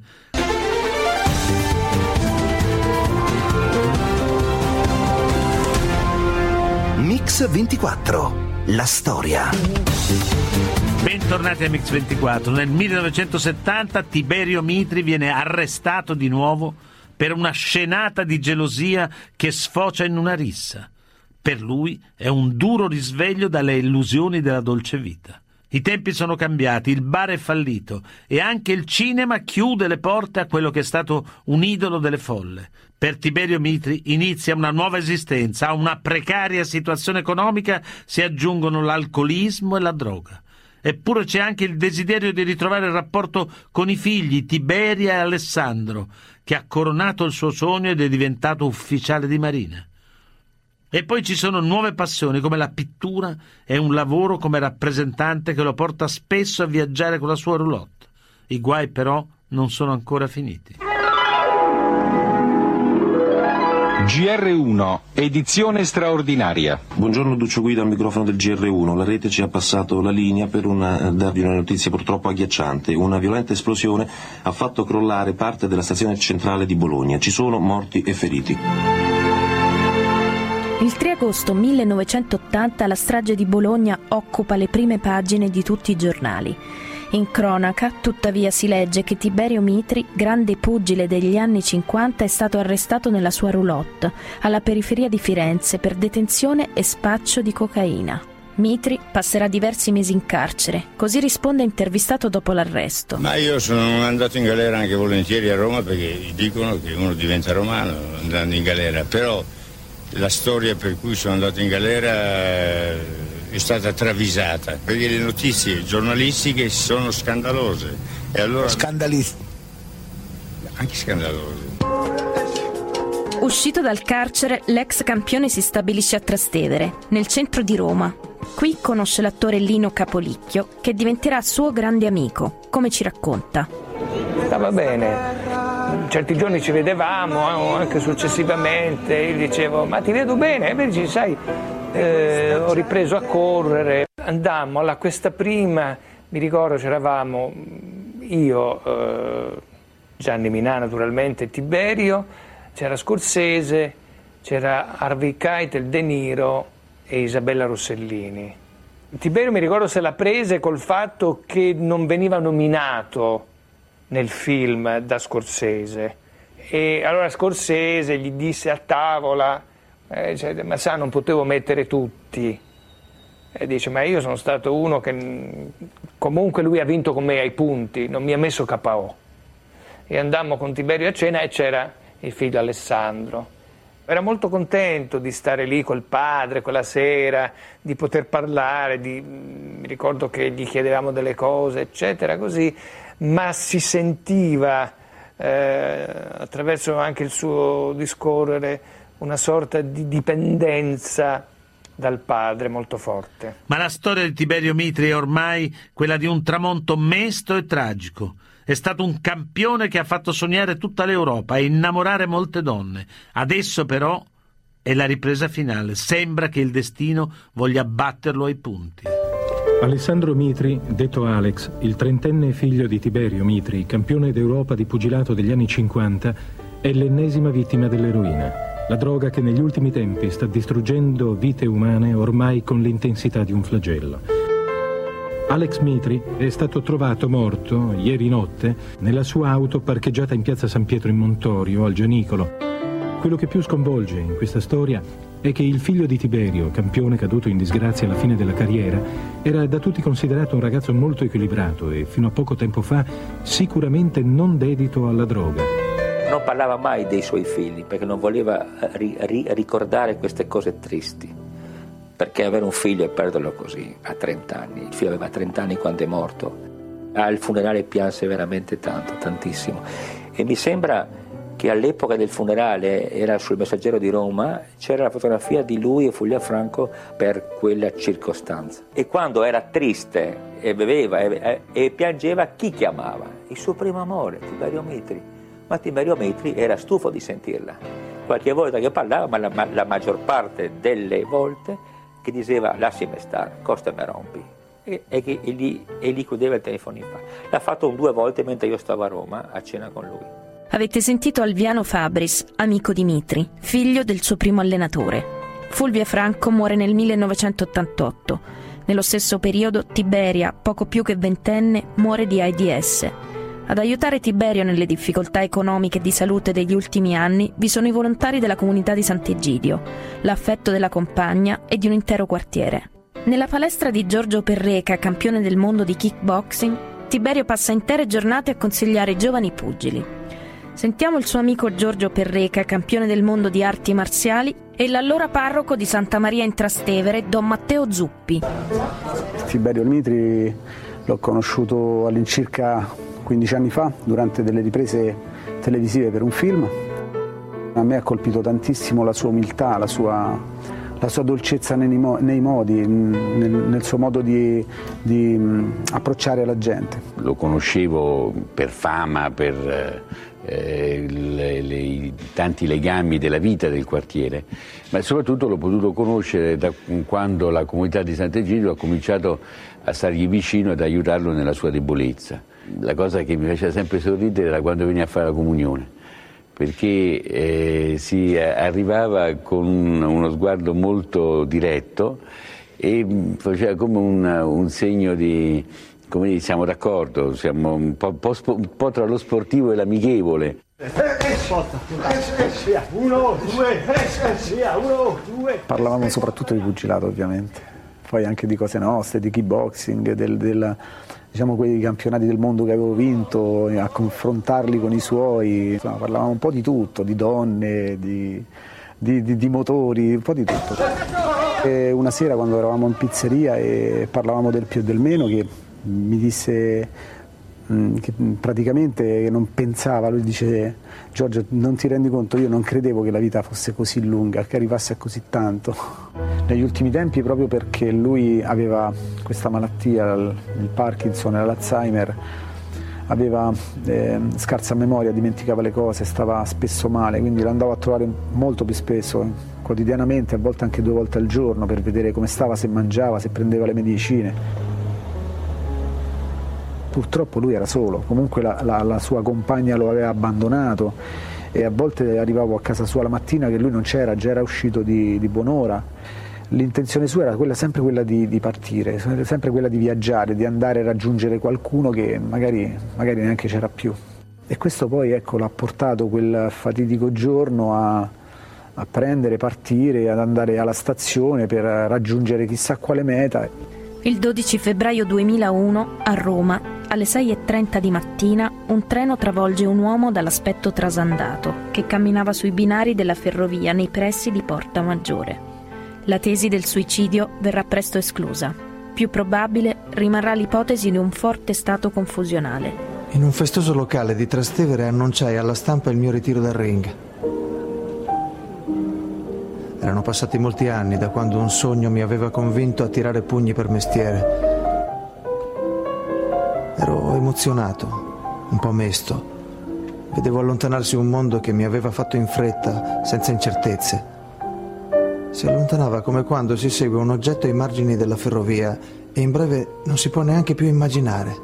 [SPEAKER 1] Mix 24, la storia.
[SPEAKER 2] Bentornati a Mix 24. Nel 1970 Tiberio Mitri viene arrestato di nuovo per una scenata di gelosia che sfocia in una rissa. Per lui è un duro risveglio dalle illusioni della dolce vita. I tempi sono cambiati, il bar è fallito e anche il cinema chiude le porte a quello che è stato un idolo delle folle. Per Tiberio Mitri inizia una nuova esistenza, a una precaria situazione economica si aggiungono l'alcolismo e la droga. Eppure c'è anche il desiderio di ritrovare il rapporto con i figli, Tiberia e Alessandro, che ha coronato il suo sogno ed è diventato ufficiale di marina. E poi ci sono nuove passioni come la pittura e un lavoro come rappresentante che lo porta spesso a viaggiare con la sua roulotte. I guai però non sono ancora finiti.
[SPEAKER 8] GR1, edizione straordinaria.
[SPEAKER 9] Buongiorno, Duccio Guida al microfono del GR1. La rete ci ha passato la linea per darvi una notizia purtroppo agghiacciante. Una violenta esplosione ha fatto crollare parte della stazione centrale di Bologna. Ci sono morti e feriti.
[SPEAKER 10] Il 3 agosto 1980 la strage di Bologna occupa le prime pagine di tutti i giornali. In cronaca, tuttavia, si legge che Tiberio Mitri, grande pugile degli anni 50, è stato arrestato nella sua roulotte, alla periferia di Firenze, per detenzione e spaccio di cocaina. Mitri passerà diversi mesi in carcere, così risponde intervistato dopo l'arresto.
[SPEAKER 23] Ma io sono andato in galera anche volentieri a Roma, perché dicono che uno diventa romano andando in galera, però la storia per cui sono andato in galera è stata travisata, perché le notizie giornalistiche sono scandalose. E allora anche scandalose.
[SPEAKER 10] Uscito dal carcere, l'ex campione si stabilisce a Trastevere, nel centro di Roma. Qui conosce l'attore Lino Capolicchio, che diventerà suo grande amico, come ci racconta.
[SPEAKER 11] Stava bene. Certi giorni ci vedevamo, anche successivamente, io dicevo, ma ti vedo bene, e invece sai, ho ripreso a correre, andammo alla questa prima, mi ricordo c'eravamo io, Gianni Minà naturalmente, Tiberio, c'era Scorsese, c'era Harvey Keitel, De Niro e Isabella Rossellini. Tiberio mi ricordo se la prese col fatto che non veniva nominato nel film da Scorsese, e allora Scorsese gli disse a tavola, ma sa, non potevo mettere tutti, e dice, ma io sono stato uno che comunque lui ha vinto con me ai punti, non mi ha messo KO. E andammo con Tiberio a cena e c'era il figlio Alessandro. Era molto contento di stare lì col padre quella sera, di poter parlare, mi ricordo che gli chiedevamo delle cose, eccetera, così, ma si sentiva attraverso anche il suo discorrere una sorta di dipendenza dal padre molto forte.
[SPEAKER 2] Ma la storia di Tiberio Mitri è ormai quella di un tramonto mesto e tragico. È stato un campione che ha fatto sognare tutta l'Europa e innamorare molte donne. Adesso però è la ripresa finale. Sembra che il destino voglia batterlo ai punti.
[SPEAKER 4] Alessandro Mitri, detto Alex, il 30enne figlio di Tiberio Mitri, campione d'Europa di pugilato degli anni 50, è l'ennesima vittima dell'eroina, la droga che negli ultimi tempi sta distruggendo vite umane ormai con l'intensità di un flagello. Alex Mitri è stato trovato morto ieri notte nella sua auto parcheggiata in piazza San Pietro in Montorio, al Gianicolo. Quello che più sconvolge in questa storia è che il figlio di Tiberio, campione caduto in disgrazia alla fine della carriera, era da tutti considerato un ragazzo molto equilibrato e fino a poco tempo fa sicuramente non dedito alla droga.
[SPEAKER 15] Non parlava mai dei suoi figli perché non voleva ricordare queste cose tristi. Perché avere un figlio e perderlo così a 30 anni, il figlio aveva 30 anni quando è morto, al funerale pianse veramente tanto, tantissimo. E mi sembra che all'epoca del funerale, era sul Messaggero di Roma, c'era la fotografia di lui e Fulvia Franco per quella circostanza. E quando era triste e beveva e piangeva, chi chiamava? Il suo primo amore, Tiberio Mitri. Ma Tiberio Mitri era stufo di sentirla. Qualche volta che parlava, ma la maggior parte delle volte che diceva lasciami stare, costa me rompi, e gli chiudeva il telefono in faccia. L'ha fatto 2 volte mentre io stavo a Roma a cena con lui.
[SPEAKER 10] Avete sentito Alviano Fabris, amico di Mitri, figlio del suo primo allenatore. Fulvia Franco muore nel 1988. Nello stesso periodo Tiberia, poco più che 20enne, muore di AIDS. Ad aiutare Tiberio nelle difficoltà economiche e di salute degli ultimi anni vi sono i volontari della comunità di Sant'Egidio, l'affetto della compagna e di un intero quartiere. Nella palestra di Giorgio Perreca, campione del mondo di kickboxing, Tiberio passa intere giornate a consigliare i giovani pugili. Sentiamo il suo amico Giorgio Perreca, campione del mondo di arti marziali, e l'allora parroco di Santa Maria in Trastevere, Don Matteo Zuppi.
[SPEAKER 5] Tiberio Mitri l'ho conosciuto all'incirca 15 anni fa durante delle riprese televisive per un film. A me ha colpito tantissimo la sua umiltà, la sua dolcezza nei modi, nel suo modo di approcciare la gente.
[SPEAKER 6] Lo conoscevo per fama, per i tanti legami della vita del quartiere, ma soprattutto l'ho potuto conoscere da quando la comunità di Sant'Egidio ha cominciato a stargli vicino ed aiutarlo nella sua debolezza. La cosa che mi faceva sempre sorridere era quando veniva a fare la comunione, perché si arrivava con uno sguardo molto diretto e faceva come un segno di, come dire, siamo d'accordo, siamo un po' tra lo sportivo e l'amichevole.
[SPEAKER 5] 1, 2. Parlavamo soprattutto di pugilato, ovviamente, poi anche di cose nostre, di kickboxing, diciamo quei campionati del mondo che avevo vinto, a confrontarli con i suoi. Insomma, parlavamo un po' di tutto, di donne, di motori, un po' di tutto. E una sera quando eravamo in pizzeria e parlavamo del più e del meno, che mi disse che praticamente non pensava, lui dice: Giorgio, non ti rendi conto, io non credevo che la vita fosse così lunga, che arrivasse a così tanto. Negli ultimi tempi, proprio perché lui aveva questa malattia, il Parkinson e l'Alzheimer, aveva scarsa memoria, dimenticava le cose, stava spesso male, quindi lo andavo a trovare molto più spesso, quotidianamente, a volte anche 2 volte al giorno, per vedere come stava, se mangiava, se prendeva le medicine. Purtroppo lui era solo, comunque la sua compagna lo aveva abbandonato e a volte arrivavo a casa sua la mattina che lui non c'era, già era uscito di buon'ora. L'intenzione sua era sempre quella di partire, sempre quella di viaggiare, di andare a raggiungere qualcuno che magari neanche c'era più. E questo poi, ecco, l'ha portato quel fatidico giorno a prendere, partire, ad andare alla stazione per raggiungere chissà quale meta.
[SPEAKER 10] Il 12 febbraio 2001, a Roma, alle 6:30 di mattina, un treno travolge un uomo dall'aspetto trasandato, che camminava sui binari della ferrovia nei pressi di Porta Maggiore. La tesi del suicidio verrà presto esclusa. Più probabile rimarrà l'ipotesi di un forte stato confusionale.
[SPEAKER 12] In un festoso locale di Trastevere annunciai alla stampa il mio ritiro dal ring. Erano passati molti anni da quando un sogno mi aveva convinto a tirare pugni per mestiere. Ero emozionato, un po' mesto. Vedevo allontanarsi un mondo che mi aveva fatto in fretta, senza incertezze. Si allontanava come quando si segue un oggetto ai margini della ferrovia e in breve non si può neanche più immaginare.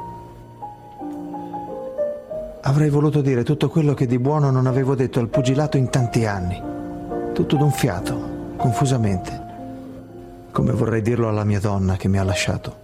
[SPEAKER 12] Avrei voluto dire tutto quello che di buono non avevo detto al pugilato in tanti anni. Tutto d'un fiato, confusamente, come vorrei dirlo alla mia donna che mi ha lasciato.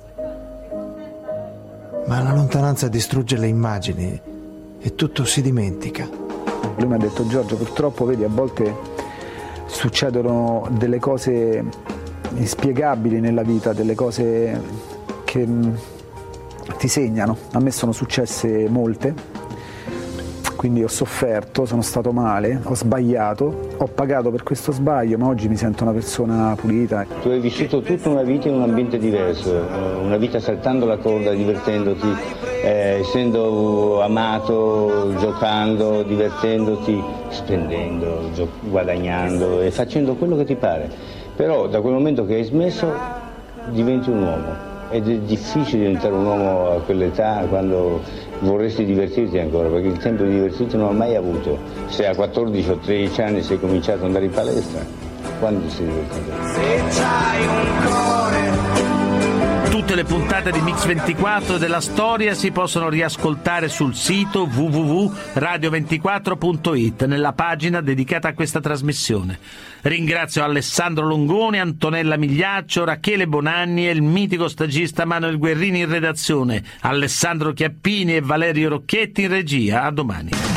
[SPEAKER 12] Ma la lontananza distrugge le immagini e tutto si dimentica.
[SPEAKER 5] Lui mi ha detto: Giorgio, purtroppo vedi, a volte succedono delle cose inspiegabili nella vita, delle cose che ti segnano. A me sono successe molte, quindi ho sofferto, sono stato male, ho sbagliato, ho pagato per questo sbaglio, ma oggi mi sento una persona pulita.
[SPEAKER 22] Tu hai vissuto tutta una vita in un ambiente diverso, una vita saltando la corda, divertendoti, essendo amato, giocando, divertendoti, spendendo, guadagnando e facendo quello che ti pare. Però da quel momento che hai smesso diventi un uomo. Ed è difficile diventare un uomo a quell'età, quando vorresti divertirti ancora, perché il tempo di divertirti non l'ho mai avuto. Se a 14 o 13 anni sei cominciato ad andare in palestra, quando ti sei divertito?
[SPEAKER 1] Se c'hai un cuore.
[SPEAKER 2] Tutte le puntate di Mix24 della storia si possono riascoltare sul sito www.radio24.it nella pagina dedicata a questa trasmissione. Ringrazio Alessandro Longoni, Antonella Migliaccio, Rachele Bonanni e il mitico stagista Manuel Guerrini in redazione, Alessandro Chiappini e Valerio Rocchetti in regia. A domani.